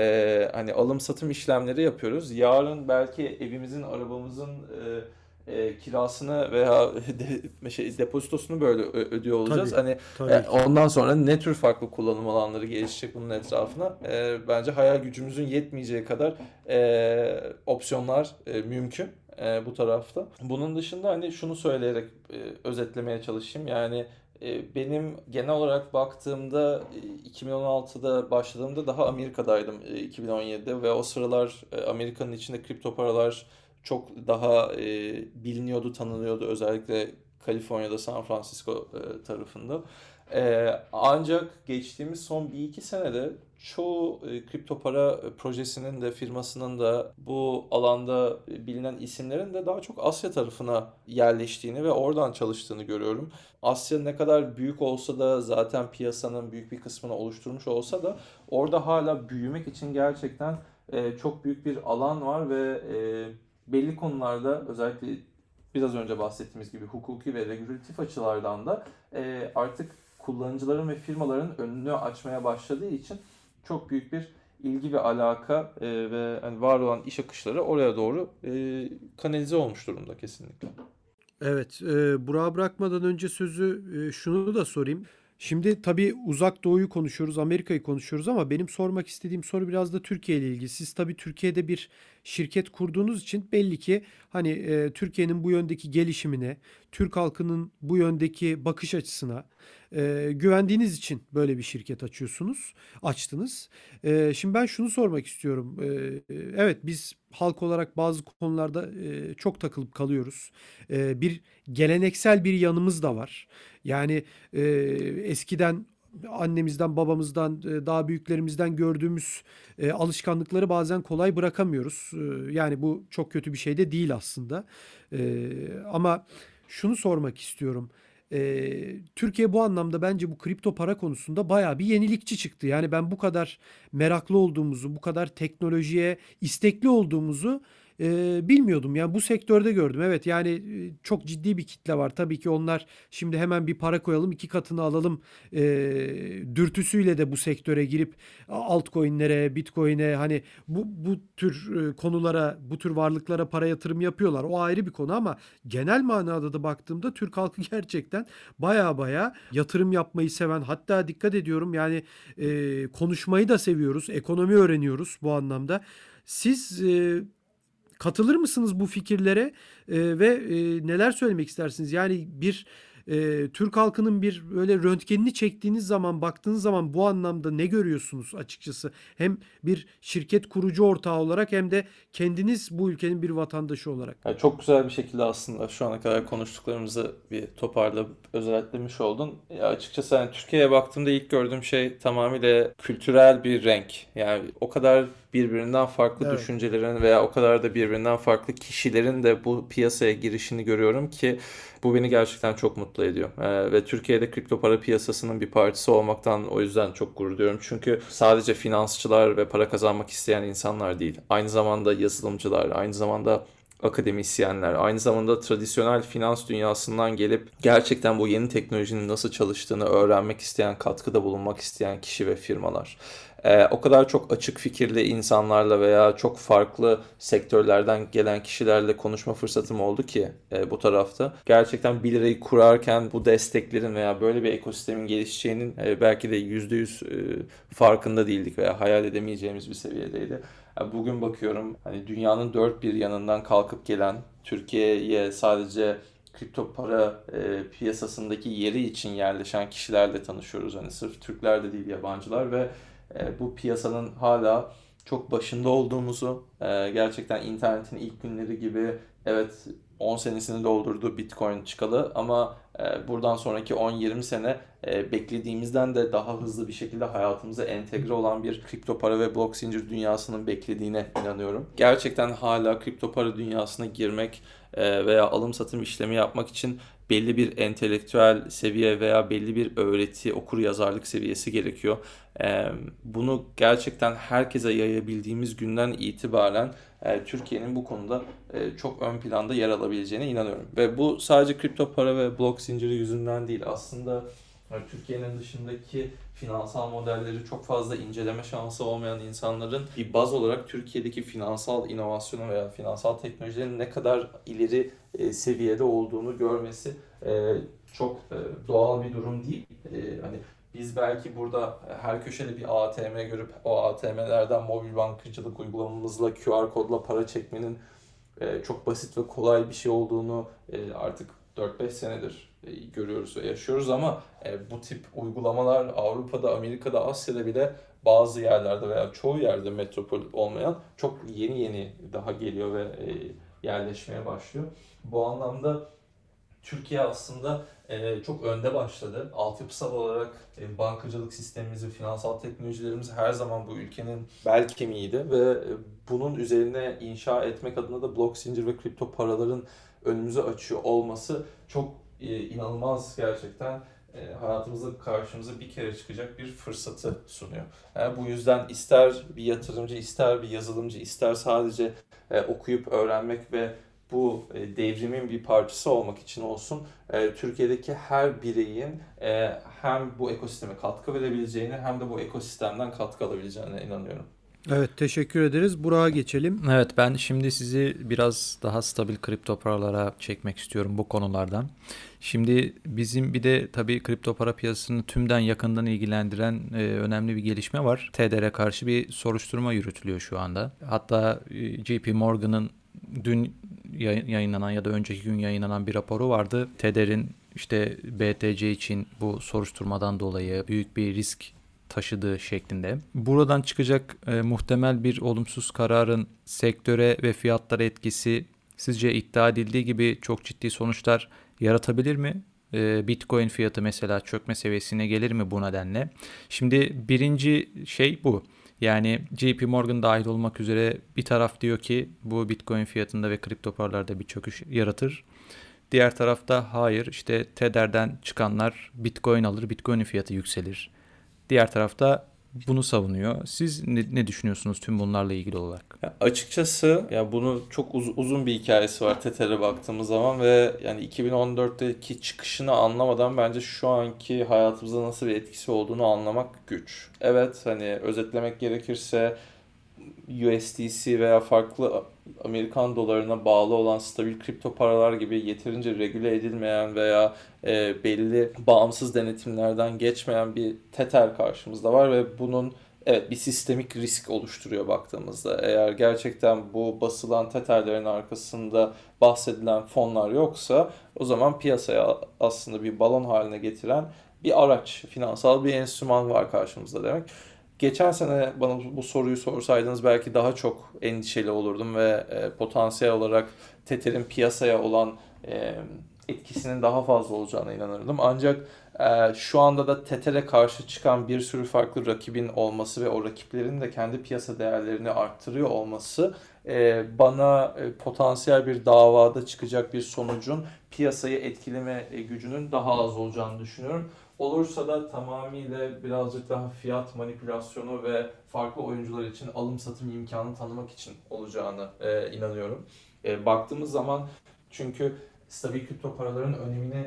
hani alım satım işlemleri yapıyoruz. Yarın belki evimizin, arabamızın kirasını veya depozitosunu böyle ödüyor olacağız. Tabii. Hani Tabii ki. ondan sonra ne tür farklı kullanım alanları gelişecek bunun etrafına? Bence hayal gücümüzün yetmeyeceği kadar opsiyonlar mümkün bu tarafta. Bunun dışında hani şunu söyleyerek özetlemeye çalışayım. Yani benim genel olarak baktığımda 2016'da başladığımda daha Amerika'daydım 2017'de ve o sıralar Amerika'nın içinde kripto paralar çok daha biliniyordu, tanınıyordu özellikle Kaliforniya'da, San Francisco tarafında. Ancak geçtiğimiz son bir iki senede çoğu kripto para projesinin de firmasının da bu alanda bilinen isimlerin de daha çok Asya tarafına yerleştiğini ve oradan çalıştığını görüyorum. Asya ne kadar büyük olsa da zaten piyasanın büyük bir kısmını oluşturmuş olsa da orada hala büyümek için gerçekten çok büyük bir alan var ve belli konularda özellikle biraz önce bahsettiğimiz gibi hukuki ve regülatif açılardan da artık kullanıcıların ve firmaların önünü açmaya başladığı için çok büyük bir ilgi ve alaka ve hani var olan iş akışları oraya doğru kanalize olmuş durumda kesinlikle. Evet, Burak'a bırakmadan önce sözü, şunu da sorayım. Şimdi tabii Uzak Doğu'yu konuşuyoruz, Amerika'yı konuşuyoruz ama benim sormak istediğim soru biraz da Türkiye ile ilgili. Siz tabii Türkiye'de bir şirket kurduğunuz için belli ki hani Türkiye'nin bu yöndeki gelişimine, Türk halkının bu yöndeki bakış açısına güvendiğiniz için böyle bir şirket açtınız. Şimdi ben şunu sormak istiyorum. Evet, biz halk olarak bazı konularda çok takılıp kalıyoruz. Bir geleneksel bir yanımız da var. Yani eskiden annemizden, babamızdan, daha büyüklerimizden gördüğümüz alışkanlıkları bazen kolay bırakamıyoruz. Yani bu çok kötü bir şey de değil aslında. Ama şunu sormak istiyorum. Türkiye bu anlamda bence bu kripto para konusunda bayağı bir yenilikçi çıktı. Yani ben bu kadar meraklı olduğumuzu, bu kadar teknolojiye istekli olduğumuzu bilmiyordum. Yani bu sektörde gördüm. Evet, yani çok ciddi bir kitle var. Tabii ki onlar şimdi hemen bir para koyalım, 2 katını alalım dürtüsüyle de bu sektöre girip altcoin'lere, Bitcoin'e, hani bu tür konulara, bu tür varlıklara para yatırım yapıyorlar. O ayrı bir konu ama genel manada da baktığımda Türk halkı gerçekten baya baya yatırım yapmayı seven, hatta dikkat ediyorum yani konuşmayı da seviyoruz, ekonomi öğreniyoruz bu anlamda. Siz katılır mısınız bu fikirlere? Ve neler söylemek istersiniz? Yani bir Türk halkının bir böyle röntgenini çektiğiniz zaman, baktığınız zaman bu anlamda ne görüyorsunuz açıkçası? Hem bir şirket kurucu ortağı olarak hem de kendiniz bu ülkenin bir vatandaşı olarak. Yani çok güzel bir şekilde aslında şu ana kadar konuştuklarımızı bir toparlayıp özetlemiş oldun. Ya açıkçası yani Türkiye'ye baktığımda ilk gördüğüm şey tamamıyla kültürel bir renk. Yani o kadar birbirinden farklı Evet. düşüncelerin veya o kadar da birbirinden farklı kişilerin de bu piyasaya girişini görüyorum ki bu beni gerçekten çok mutlu ediyor. Ve Türkiye'de kripto para piyasasının bir parçası olmaktan o yüzden çok gurur duyuyorum. Çünkü sadece finansçılar ve para kazanmak isteyen insanlar değil. Aynı zamanda yazılımcılar, aynı zamanda akademisyenler, aynı zamanda tradisyonel finans dünyasından gelip gerçekten bu yeni teknolojinin nasıl çalıştığını öğrenmek isteyen, katkıda bulunmak isteyen kişi ve firmalar. O kadar çok açık fikirli insanlarla veya çok farklı sektörlerden gelen kişilerle konuşma fırsatım oldu ki bu tarafta. Gerçekten 1 lirayı kurarken bu desteklerin veya böyle bir ekosistemin gelişeceğinin belki de %100 farkında değildik veya hayal edemeyeceğimiz bir seviyedeydi. Bugün bakıyorum hani dünyanın dört bir yanından kalkıp gelen Türkiye'ye sadece kripto para piyasasındaki yeri için yerleşen kişilerle tanışıyoruz. Hani sırf Türkler de değil, yabancılar ve bu piyasanın hala çok başında olduğumuzu, gerçekten internetin ilk günleri gibi evet 10 senesini doldurdu Bitcoin çıkalı ama buradan sonraki 10-20 sene beklediğimizden de daha hızlı bir şekilde hayatımıza entegre olan bir kripto para ve blok zincir dünyasının beklediğine inanıyorum. Gerçekten hala kripto para dünyasına girmek veya alım satım işlemi yapmak için belli bir entelektüel seviye veya belli bir öğreti, okuryazarlık seviyesi gerekiyor. Bunu gerçekten herkese yayabildiğimiz günden itibaren Türkiye'nin bu konuda çok ön planda yer alabileceğine inanıyorum. Ve bu sadece kripto para ve blok zinciri yüzünden değil. Aslında Türkiye'nin dışındaki finansal modelleri çok fazla inceleme şansı olmayan insanların bir baz olarak Türkiye'deki finansal inovasyonu veya finansal teknolojilerin ne kadar ileri seviyede olduğunu görmesi çok doğal bir durum değil. Hani biz belki burada her köşede bir ATM görüp o ATM'lerden mobil bankacılık uygulamamızla QR kodla para çekmenin çok basit ve kolay bir şey olduğunu artık 4-5 senedir görüyoruz ve yaşıyoruz ama bu tip uygulamalar Avrupa'da, Amerika'da, Asya'da bile bazı yerlerde veya çoğu yerde metropol olmayan çok yeni daha geliyor ve yerleşmeye başlıyor. Bu anlamda Türkiye aslında çok önde başladı. Altyapısal olarak bankacılık sistemimiz ve finansal teknolojilerimiz her zaman bu ülkenin bel kemiğiydi ve bunun üzerine inşa etmek adına da blok zincir ve kripto paraların önümüzü açıyor olması çok inanılmaz gerçekten hayatımızda karşımıza bir kere çıkacak bir fırsatı sunuyor. Bu yüzden ister bir yatırımcı, ister bir yazılımcı, ister sadece okuyup öğrenmek ve bu devrimin bir parçası olmak için olsun Türkiye'deki her bireyin hem bu ekosisteme katkı verebileceğine hem de bu ekosistemden katkı alabileceğine inanıyorum. Evet, teşekkür ederiz. Burak'a geçelim. Evet, ben şimdi sizi biraz daha stabil kripto paralara çekmek istiyorum bu konulardan. Şimdi bizim bir de tabii kripto para piyasasını tümden yakından ilgilendiren önemli bir gelişme var. TED'e karşı bir soruşturma yürütülüyor şu anda. Hatta JP Morgan'ın dün yayınlanan ya da önceki gün yayınlanan bir raporu vardı. TED'in işte BTC için bu soruşturmadan dolayı büyük bir risk taşıdığı şeklinde. Buradan çıkacak muhtemel bir olumsuz kararın sektöre ve fiyatlara etkisi sizce iddia edildiği gibi çok ciddi sonuçlar yaratabilir mi? Bitcoin fiyatı mesela çökme seviyesine gelir mi bu nedenle? Şimdi birinci şey bu. Yani JP Morgan dahil olmak üzere bir taraf diyor ki bu Bitcoin fiyatında ve kripto paralarda bir çöküş yaratır. Diğer tarafta hayır, işte Tether'den çıkanlar Bitcoin alır, Bitcoin'in fiyatı yükselir. Diğer tarafta bunu savunuyor. Siz ne düşünüyorsunuz tüm bunlarla ilgili olarak? Ya açıkçası ya bunu çok uzun bir hikayesi var Tether'e baktığımız zaman ve yani 2014'teki çıkışını anlamadan bence şu anki hayatımızda nasıl bir etkisi olduğunu anlamak güç. Evet, hani özetlemek gerekirse USDC veya farklı Amerikan dolarına bağlı olan stabil kripto paralar gibi yeterince regüle edilmeyen veya belli bağımsız denetimlerden geçmeyen bir Tether karşımızda var ve bunun evet bir sistemik risk oluşturuyor baktığımızda. Eğer gerçekten bu basılan Tether'lerin arkasında bahsedilen fonlar yoksa o zaman piyasaya aslında bir balon haline getiren bir araç, finansal bir enstrüman var karşımızda demek. Geçen sene bana bu soruyu sorsaydınız belki daha çok endişeli olurdum ve potansiyel olarak Tether'in piyasaya olan etkisinin daha fazla olacağına inanırdım. Ancak şu anda da Tether'e karşı çıkan bir sürü farklı rakibin olması ve o rakiplerin de kendi piyasa değerlerini arttırıyor olması bana potansiyel bir davada çıkacak bir sonucun piyasayı etkileme gücünün daha az olacağını düşünüyorum. Olursa da tamamıyla birazcık daha fiyat manipülasyonu ve farklı oyuncular için alım satım imkanı tanımak için olacağını inanıyorum. Baktığımız zaman çünkü stabil kripto paraların önemini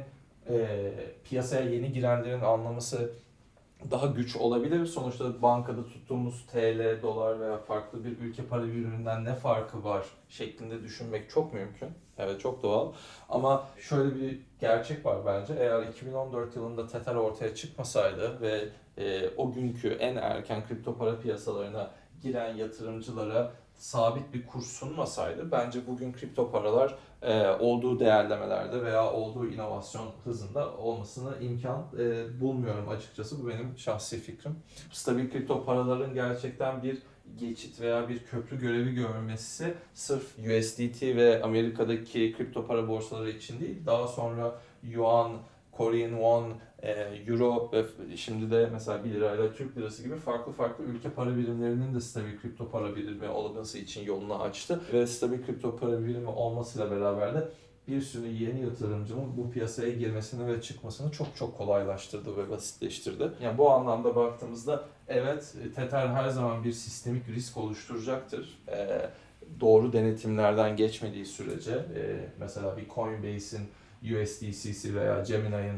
piyasaya yeni girenlerin anlaması daha güç olabilir. Sonuçta bankada tuttuğumuz TL, dolar veya farklı bir ülke para biriminden ne farkı var şeklinde düşünmek çok mümkün. Evet, çok doğal. Ama şöyle bir gerçek var bence. Eğer 2014 yılında Tether ortaya çıkmasaydı ve o günkü en erken kripto para piyasalarına giren yatırımcılara sabit bir kur sunmasaydı bence bugün kripto paralar olduğu değerlemelerde veya olduğu inovasyon hızında olmasına imkan bulmuyorum açıkçası. Bu benim şahsi fikrim. Stabil kripto paraların gerçekten bir geçit veya bir köprü görevi görmesi sırf USDT ve Amerika'daki kripto para borsaları için değil, daha sonra Yuan, Korean Won, Euro ve şimdi de mesela 1 lirayla Türk lirası gibi farklı ülke para birimlerinin de stabil kripto para birimi olması için yolunu açtı. Ve stabil kripto para birimi olmasıyla beraber de bir sürü yeni yatırımcının bu piyasaya girmesini ve çıkmasını çok kolaylaştırdı ve basitleştirdi. Yani bu anlamda baktığımızda evet, Tether her zaman bir sistemik risk oluşturacaktır. Doğru denetimlerden geçmediği sürece mesela bir Coinbase'in USDC'si veya Gemini'nin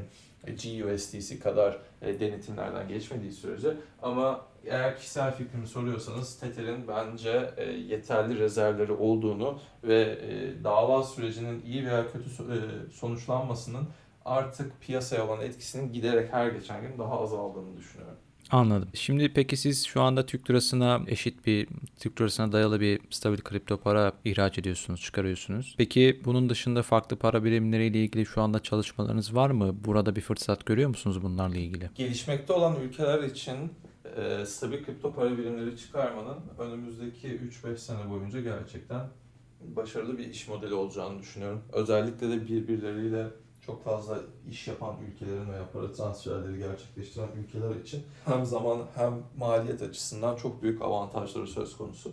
GUSDC kadar denetimlerden geçmediği sürece, ama eğer kişisel fikrimi soruyorsanız Tether'in bence yeterli rezervleri olduğunu ve dava sürecinin iyi veya kötü sonuçlanmasının artık piyasaya olan etkisinin giderek her geçen gün daha azaldığını düşünüyorum. Anladım. Şimdi peki siz şu anda Türk lirasına eşit bir, Türk lirasına dayalı bir stabil kripto para ihraç ediyorsunuz, çıkarıyorsunuz. Peki bunun dışında farklı para birimleriyle ilgili şu anda çalışmalarınız var mı? Burada bir fırsat görüyor musunuz bunlarla ilgili? Gelişmekte olan ülkeler için stabil kripto para birimleri çıkarmanın önümüzdeki 3-5 sene boyunca gerçekten başarılı bir iş modeli olacağını düşünüyorum. Özellikle de birbirleriyle çok fazla iş yapan ülkelerin veya para transferleri gerçekleştiren ülkeler için hem zaman hem maliyet açısından çok büyük avantajları söz konusu.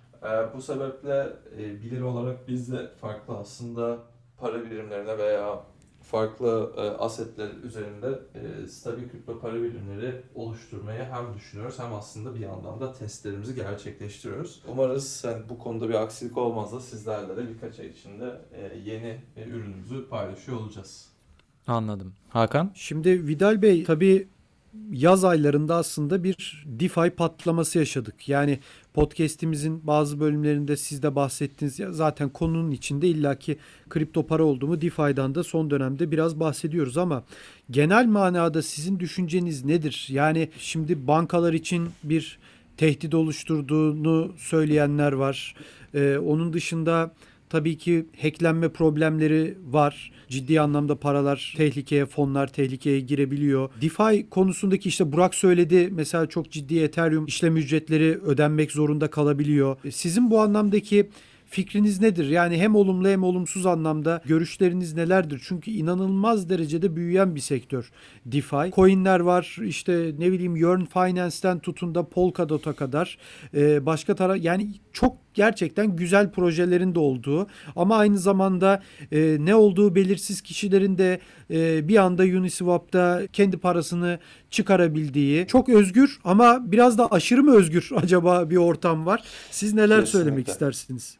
Bu sebeple bilir olarak biz de farklı aslında para birimlerine veya farklı asetler üzerinde stabil kripto para birimleri oluşturmayı hem düşünüyoruz hem aslında bir yandan da testlerimizi gerçekleştiriyoruz. Umarız yani bu konuda bir aksilik olmaz da sizlerle de birkaç ay içinde yeni ürünümüzü paylaşıyor olacağız. Anladım. Hakan? Şimdi Vidal Bey, tabii yaz aylarında aslında bir DeFi patlaması yaşadık. Yani podcast'imizin bazı bölümlerinde siz de bahsettiniz, ya zaten konunun içinde illaki kripto para oldu mu DeFi'dan da son dönemde biraz bahsediyoruz, ama genel manada sizin düşünceniz nedir? Yani şimdi bankalar için bir tehdit oluşturduğunu söyleyenler var. Onun dışında tabii ki hacklenme problemleri var. Ciddi anlamda paralar tehlikeye, fonlar tehlikeye girebiliyor. DeFi konusundaki, işte Burak söyledi, mesela çok ciddi Ethereum işlem ücretleri ödenmek zorunda kalabiliyor. Sizin bu anlamdaki fikriniz nedir? Yani hem olumlu hem olumsuz anlamda görüşleriniz nelerdir? Çünkü inanılmaz derecede büyüyen bir sektör DeFi. Coin'ler var, işte ne bileyim Yearn Finance'ten tutun da Polkadot'a kadar. Başka taraf, yani çok gerçekten güzel projelerin de olduğu ama aynı zamanda ne olduğu belirsiz kişilerin de bir anda Uniswap'ta kendi parasını çıkarabildiği, çok özgür ama biraz da aşırı mı özgür acaba bir ortam var. Siz neler söylemek Kesinlikle. istersiniz?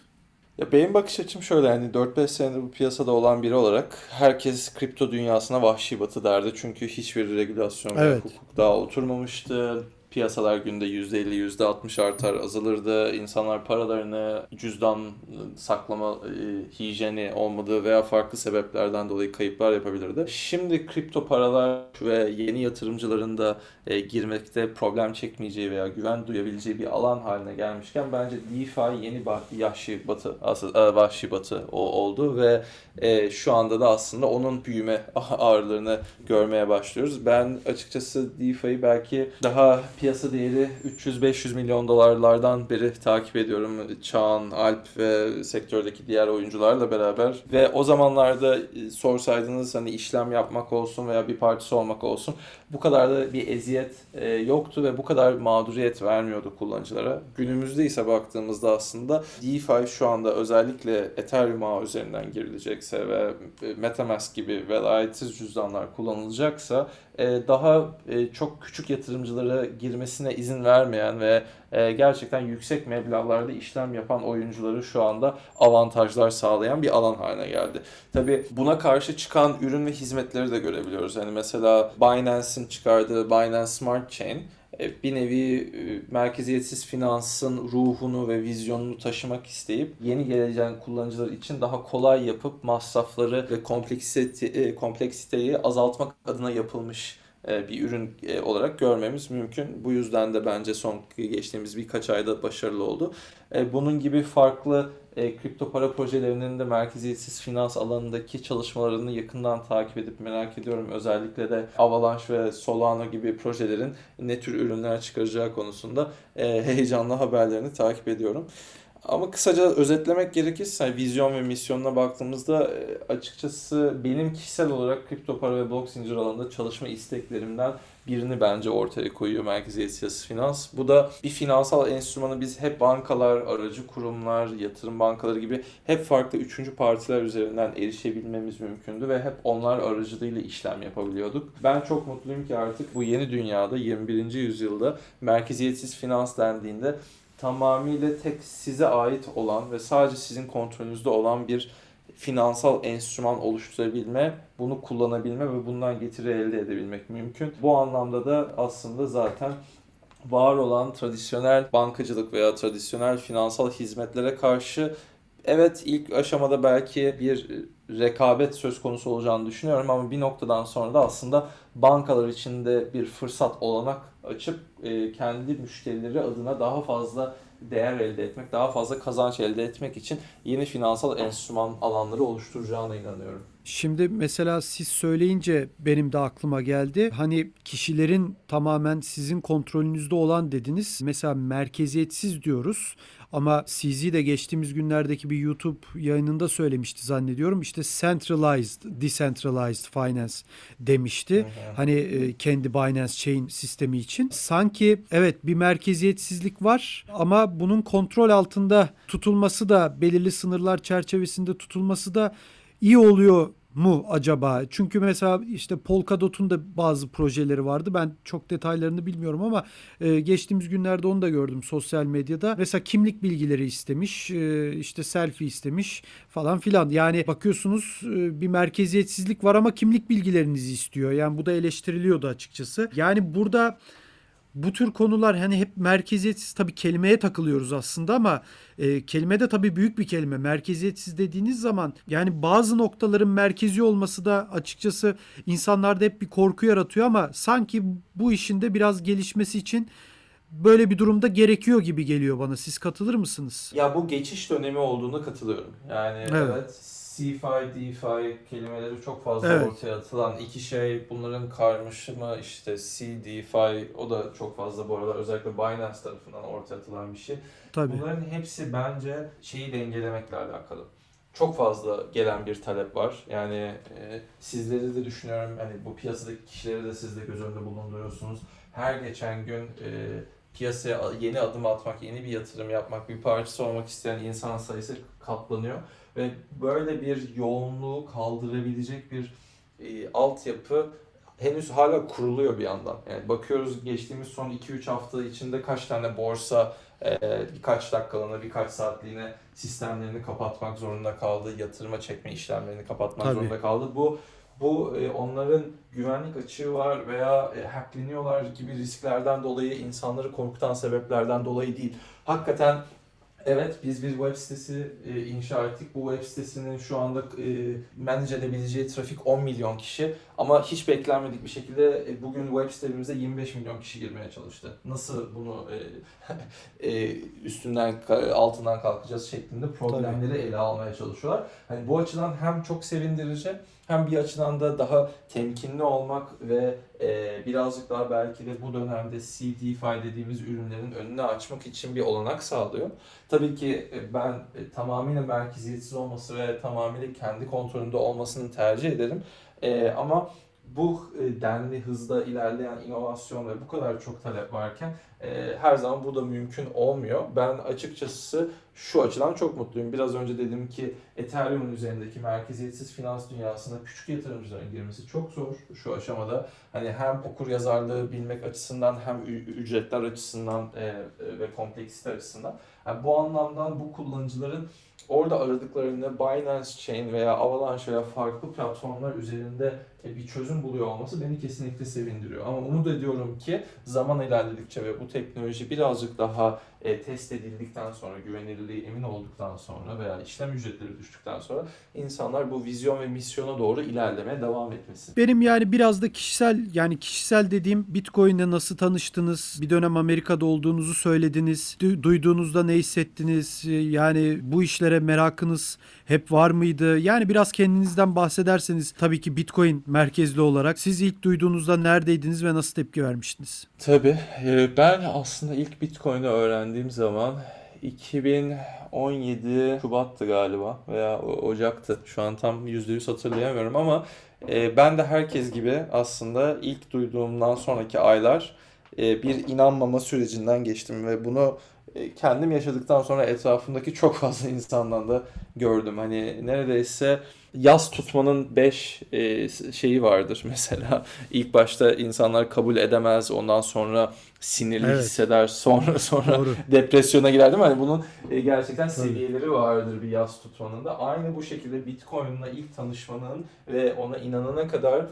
Ya benim bakış açım şöyle, yani 4-5 senedir bu piyasada olan biri olarak herkes kripto dünyasına vahşi batı derdi. Çünkü hiçbir regülasyon veya Evet. hukuk daha oturmamıştı. Piyasalar günde %50, %60 artar, azalırdı. İnsanlar paralarını cüzdan saklama hijyeni olmadığı veya farklı sebeplerden dolayı kayıplar yapabilirdi. Şimdi kripto paralar ve yeni yatırımcıların da girmekte problem çekmeyeceği veya güven duyabileceği bir alan haline gelmişken bence DeFi yeni vahşi batı, vahşi batı oldu ve şu anda da aslında onun büyüme ağrılarını görmeye başlıyoruz. Ben açıkçası DeFi'yi belki daha piyasa değeri 300-500 milyon dolarlardan beri takip ediyorum. Çağan, Alp ve sektördeki diğer oyuncularla beraber. Ve o zamanlarda sorsaydınız hani işlem yapmak olsun veya bir partisi olmak olsun, bu kadar da bir eziyet yoktu ve bu kadar mağduriyet vermiyordu kullanıcılara. Günümüzde ise baktığımızda aslında DeFi şu anda özellikle Ethereum ağı üzerinden girilecekse ve MetaMask gibi velayetsiz cüzdanlar kullanılacaksa daha çok küçük yatırımcılara girmesine izin vermeyen ve gerçekten yüksek meblağlarda işlem yapan oyuncuları şu anda avantajlar sağlayan bir alan haline geldi. Tabii buna karşı çıkan ürün ve hizmetleri de görebiliyoruz. Yani mesela Binance'in çıkardığı Binance Smart Chain bir nevi merkeziyetsiz finansın ruhunu ve vizyonunu taşımak isteyip yeni gelen kullanıcılar için daha kolay yapıp masrafları ve kompleksiteyi azaltmak adına yapılmış bir ürün olarak görmemiz mümkün. Bu yüzden de bence geçtiğimiz birkaç ayda başarılı oldu. Bunun gibi farklı kripto para projelerinin de merkeziyetsiz finans alanındaki çalışmalarını yakından takip edip merak ediyorum. Özellikle de Avalanche ve Solana gibi projelerin ne tür ürünler çıkaracağı konusunda heyecanlı haberlerini takip ediyorum. Ama kısaca özetlemek gerekirse vizyon ve misyonuna baktığımızda açıkçası benim kişisel olarak kripto para ve blok zincir alanında çalışma isteklerimden birini bence ortaya koyuyor merkeziyetsiz finans. Bu da bir finansal enstrümanı biz hep bankalar, aracı kurumlar, yatırım bankaları gibi hep farklı üçüncü partiler üzerinden erişebilmemiz mümkündü ve hep onlar aracılığıyla işlem yapabiliyorduk. Ben çok mutluyum ki artık bu yeni dünyada 21. yüzyılda merkeziyetsiz finans dendiğinde tamamıyla tek size ait olan ve sadece sizin kontrolünüzde olan bir finansal enstrüman oluşturabilme, bunu kullanabilme ve bundan getiri elde edebilmek mümkün. Bu anlamda da aslında zaten var olan tradisyonel bankacılık veya tradisyonel finansal hizmetlere karşı evet ilk aşamada belki bir rekabet söz konusu olacağını düşünüyorum ama bir noktadan sonra da aslında bankalar için de bir fırsat olanak açıp kendi müşterileri adına daha fazla değer elde etmek, daha fazla kazanç elde etmek için yeni finansal enstrüman alanları oluşturacağına inanıyorum. Şimdi mesela siz söyleyince benim de aklıma geldi. Hani kişilerin tamamen sizin kontrolünüzde olan dediniz. Mesela merkeziyetsiz diyoruz ama CZ de geçtiğimiz günlerdeki bir YouTube yayınında söylemişti zannediyorum. İşte centralized, decentralized finance demişti. Hani kendi Binance Chain sistemi için. Sanki evet bir merkeziyetsizlik var ama bunun kontrol altında tutulması da belirli sınırlar çerçevesinde tutulması da iyi oluyor mu acaba? Çünkü mesela işte Polkadot'un da bazı projeleri vardı. Ben çok detaylarını bilmiyorum ama geçtiğimiz günlerde onu da gördüm sosyal medyada. Mesela kimlik bilgileri istemiş, işte selfie istemiş falan filan. Yani bakıyorsunuz bir merkeziyetsizlik var ama kimlik bilgilerinizi istiyor. Yani bu da eleştiriliyordu açıkçası. Yani burada bu tür konular hani hep merkeziyetsiz tabii kelimeye takılıyoruz aslında ama kelime de tabii büyük bir kelime. Merkeziyetsiz dediğiniz zaman yani bazı noktaların merkezi olması da açıkçası insanlarda hep bir korku yaratıyor ama sanki bu işin de biraz gelişmesi için böyle bir durumda gerekiyor gibi geliyor bana. Siz katılır mısınız? Ya bu geçiş dönemi olduğuna katılıyorum. Yani Evet. evet, CeFi, DeFi kelimeleri çok fazla Evet. ortaya atılan iki şey. Bunların karmaşımı işte CeDeFi, o da çok fazla bu aralar özellikle Binance tarafından ortaya atılan bir şey. Tabii. Bunların hepsi bence şeyi dengelemekle alakalı. Çok fazla gelen bir talep var. Yani sizleri de düşünüyorum. Hani bu piyasadaki kişileri de siz de göz önünde bulunduruyorsunuz. Her geçen gün piyasaya yeni adım atmak, yeni bir yatırım yapmak, bir parçası olmak isteyen insan sayısı katlanıyor. Ve böyle bir yoğunluğu kaldırabilecek bir altyapı henüz hala kuruluyor bir yandan. Yani bakıyoruz geçtiğimiz son 2-3 hafta içinde kaç tane borsa birkaç dakikalığına, birkaç saatliğine sistemlerini kapatmak zorunda kaldı. Yatırıma çekme işlemlerini kapatmak Tabii. zorunda kaldı. Bu onların güvenlik açığı var veya hackleniyorlar gibi risklerden dolayı, insanları korkutan sebeplerden dolayı değil. Hakikaten evet, biz bir web sitesi inşa ettik. Bu web sitesinin şu anda manage edebileceği trafik 10 milyon kişi. Ama hiç beklenmedik bir şekilde bugün web sitemize 25 milyon kişi girmeye çalıştı. Nasıl bunu altından kalkacağız şeklinde problemleri ele almaya çalışıyorlar. Hani bu açıdan hem çok sevindirici, hem bir açıdan da daha temkinli olmak ve birazcık daha belki de bu dönemde CDFI dediğimiz ürünlerin önünü açmak için bir olanak sağlıyor. Tabii ki ben tamamıyla merkeziyetsiz olması ve tamamıyla kendi kontrolümde olmasını tercih ederim. Ama bu denli hızda ilerleyen inovasyon ve bu kadar çok talep varken her zaman bu da mümkün olmuyor. Ben açıkçası şu açıdan çok mutluyum. Biraz önce dedim ki Ethereum'un üzerindeki merkeziyetsiz finans dünyasına küçük yatırımcıların girmesi çok zor şu aşamada. Hani hem okur yazarlığı bilmek açısından, hem ücretler açısından ve kompleksite açısından. Yani bu anlamdan bu kullanıcıların orada aradıklarını Binance Chain veya Avalanche veya farklı platformlar üzerinde bir çözüm buluyor olması beni kesinlikle sevindiriyor. Ama umut ediyorum ki zaman ilerledikçe ve bu teknoloji birazcık daha test edildikten sonra, güvenilirliği emin olduktan sonra veya işlem ücretleri düştükten sonra insanlar bu vizyon ve misyona doğru ilerlemeye devam etmesi. Benim yani biraz da kişisel dediğim, Bitcoin'le nasıl tanıştınız? Bir dönem Amerika'da olduğunuzu söylediniz. Duyduğunuzda ne hissettiniz? Yani bu işlere merakınız hep var mıydı? Yani biraz kendinizden bahsederseniz, tabii ki Bitcoin merkezli olarak. Siz ilk duyduğunuzda neredeydiniz ve nasıl tepki vermiştiniz? Tabii. Ben aslında ilk Bitcoin'i öğrendiğim zaman 2017 Şubat'tı galiba veya Ocak'tı. Şu an tam %100 hatırlayamıyorum ama ben de herkes gibi aslında ilk duyduğumdan sonraki aylar bir inanmama sürecinden geçtim ve bunu kendim yaşadıktan sonra etrafımdaki çok fazla insandan da gördüm. Hani neredeyse yas tutmanın 5 şeyi vardır mesela. İlk başta insanlar kabul edemez, ondan sonra sinirli Evet. hisseder, sonra Doğru. depresyona girer, değil mi? Hani bunun gerçekten seviyeleri vardır bir yas tutmanın da. Aynı bu şekilde Bitcoin'la ilk tanışmanın ve ona inanana kadar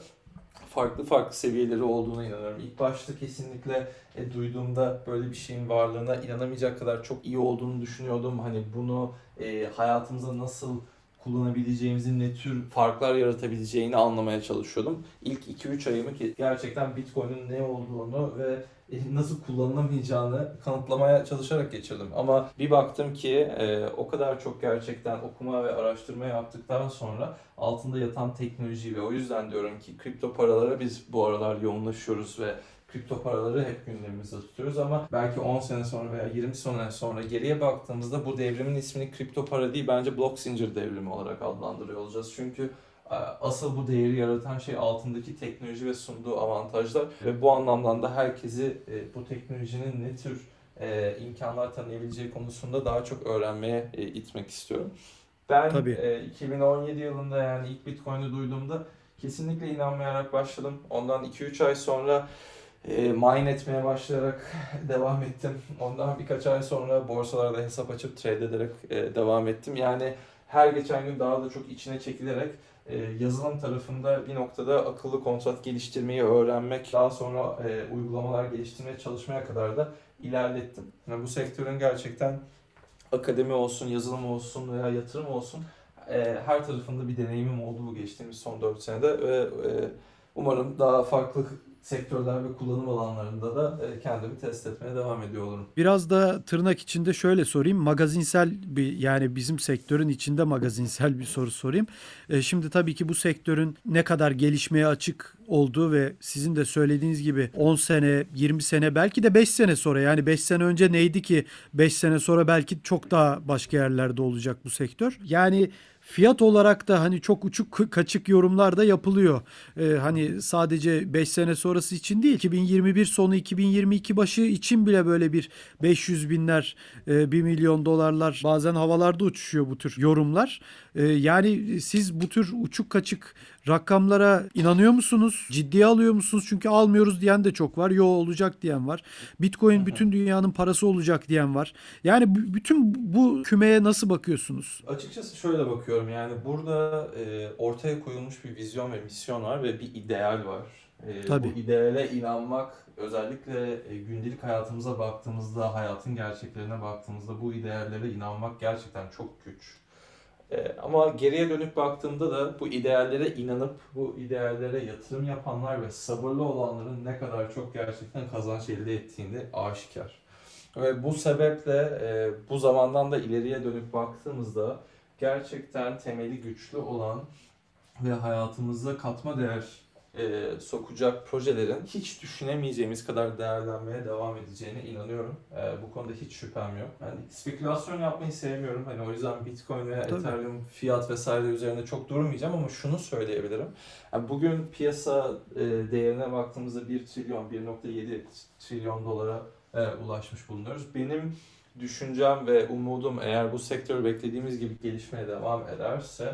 farklı seviyeleri olduğuna inanıyorum. İlk başta kesinlikle duyduğumda böyle bir şeyin varlığına inanamayacak kadar çok iyi olduğunu düşünüyordum. Hani bunu hayatımıza nasıl kullanabileceğimizi, ne tür farklar yaratabileceğini anlamaya çalışıyordum. İlk 2-3 ayımı gerçekten Bitcoin'in ne olduğunu ve nasıl kullanılamayacağını kanıtlamaya çalışarak geçirdim. Ama bir baktım ki o kadar çok gerçekten okuma ve araştırma yaptıktan sonra altında yatan teknoloji ve o yüzden diyorum ki kripto paralara biz bu aralar yoğunlaşıyoruz ve kripto paraları hep gündemimizde tutuyoruz ama belki 10 sene sonra veya 20 sene sonra geriye baktığımızda bu devrimin ismini kripto para değil, bence blok zincir devrimi olarak adlandırıyor olacağız. Çünkü asıl bu değeri yaratan şey altındaki teknoloji ve sunduğu avantajlar ve bu anlamdan da herkesi bu teknolojinin ne tür imkanlar tanıyabileceği konusunda daha çok öğrenmeye itmek istiyorum. Ben Tabii. 2017 yılında, yani ilk Bitcoin'i duyduğumda kesinlikle inanmayarak başladım. Ondan 2-3 ay sonra mine etmeye başlayarak devam ettim. Ondan birkaç ay sonra borsalarda hesap açıp trade ederek devam ettim. Yani her geçen gün daha da çok içine çekilerek yazılım tarafında bir noktada akıllı kontrat geliştirmeyi öğrenmek, daha sonra uygulamalar geliştirmeye çalışmaya kadar da ilerlettim. Yani bu sektörün gerçekten akademi olsun, yazılım olsun veya yatırım olsun her tarafında bir deneyimim oldu bu geçtiğimiz son 4 senede ve umarım daha farklı sektörler ve kullanım alanlarında da kendimi test etmeye devam ediyor olurum. Biraz da tırnak içinde şöyle sorayım. Magazinsel bir, yani bizim sektörün içinde magazinsel bir soru sorayım. Şimdi tabii ki bu sektörün ne kadar gelişmeye açık oldu ve sizin de söylediğiniz gibi 10 sene, 20 sene, belki de 5 sene sonra, yani 5 sene önce neydi ki 5 sene sonra belki çok daha başka yerlerde olacak bu sektör. Yani fiyat olarak da hani çok uçuk kaçık yorumlar da yapılıyor. Hani sadece 5 sene sonrası için değil, 2021 sonu 2022 başı için bile böyle bir 500 binler, 1 milyon dolarlar, bazen havalarda uçuşuyor bu tür yorumlar. Yani siz bu tür uçuk kaçık rakamlara inanıyor musunuz? Ciddiye alıyor musunuz? Çünkü almıyoruz diyen de çok var. Yo, olacak diyen var. Bitcoin bütün dünyanın parası olacak diyen var. Yani bütün bu kümeye nasıl bakıyorsunuz? Açıkçası şöyle bakıyorum, yani burada ortaya koyulmuş bir vizyon ve misyon var ve bir ideal var. Tabii. Bu ideale inanmak, özellikle gündelik hayatımıza baktığımızda, hayatın gerçeklerine baktığımızda bu ideallere inanmak gerçekten çok güç. Ama geriye dönüp baktığımda da bu ideallere inanıp bu ideallere yatırım yapanlar ve sabırlı olanların ne kadar çok gerçekten kazanç elde ettiğini aşikar. Ve bu sebeple bu zamandan da ileriye dönüp baktığımızda gerçekten temeli güçlü olan ve hayatımıza katma değer sokacak projelerin hiç düşünemeyeceğimiz kadar değerlenmeye devam edeceğine inanıyorum. Bu konuda hiç şüphem yok. Yani spekülasyon yapmayı sevmiyorum. Hani o yüzden Bitcoin ve Tabii. Ethereum fiyat vesaire üzerine çok durmayacağım ama şunu söyleyebilirim. Yani bugün piyasa değerine baktığımızda 1 trilyon, 1,7 trilyon dolara ulaşmış bulunuyoruz. Benim düşüncem ve umudum, eğer bu sektör beklediğimiz gibi gelişmeye devam ederse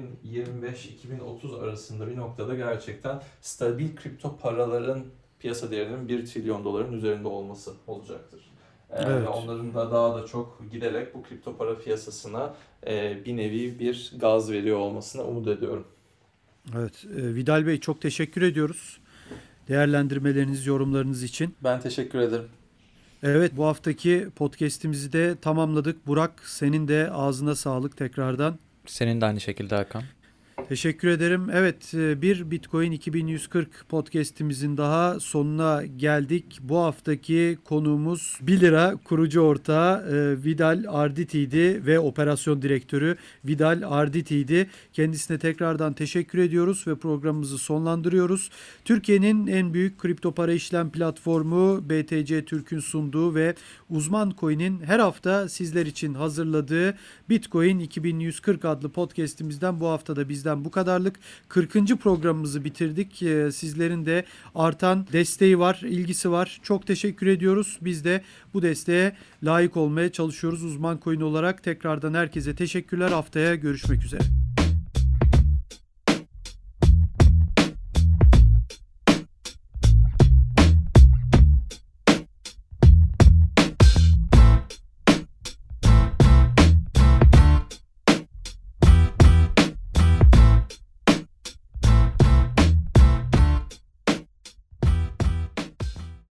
2025-2030 arasında bir noktada gerçekten stabil kripto paraların piyasa değerinin 1 trilyon doların üzerinde olması olacaktır. Evet. Ve onların da daha da çok giderek bu kripto para piyasasına bir nevi bir gaz veriyor olmasına umut ediyorum. Evet, Vidal Bey, çok teşekkür ediyoruz değerlendirmeleriniz, yorumlarınız için. Ben teşekkür ederim. Evet, bu haftaki podcast'imizi de tamamladık. Burak, senin de ağzına sağlık tekrardan. Senin de aynı şekilde Hakan. Teşekkür ederim. Evet, bir Bitcoin 2140 podcast'imizin daha sonuna geldik. Bu haftaki konuğumuz 1 lira kurucu ortağı Vidal Arditi'ydi ve operasyon direktörü Vidal Arditi'ydi. Kendisine tekrardan teşekkür ediyoruz ve programımızı sonlandırıyoruz. Türkiye'nin en büyük kripto para işlem platformu BTC Türk'ün sunduğu ve Uzman Coin'in her hafta sizler için hazırladığı Bitcoin 2140 adlı podcast'imizden bu hafta da bizden bu kadarlık. 40. programımızı bitirdik. Sizlerin de artan desteği var, ilgisi var. Çok teşekkür ediyoruz. Biz de bu desteğe layık olmaya çalışıyoruz Uzman Coin olarak. Tekrardan herkese teşekkürler. Haftaya görüşmek üzere.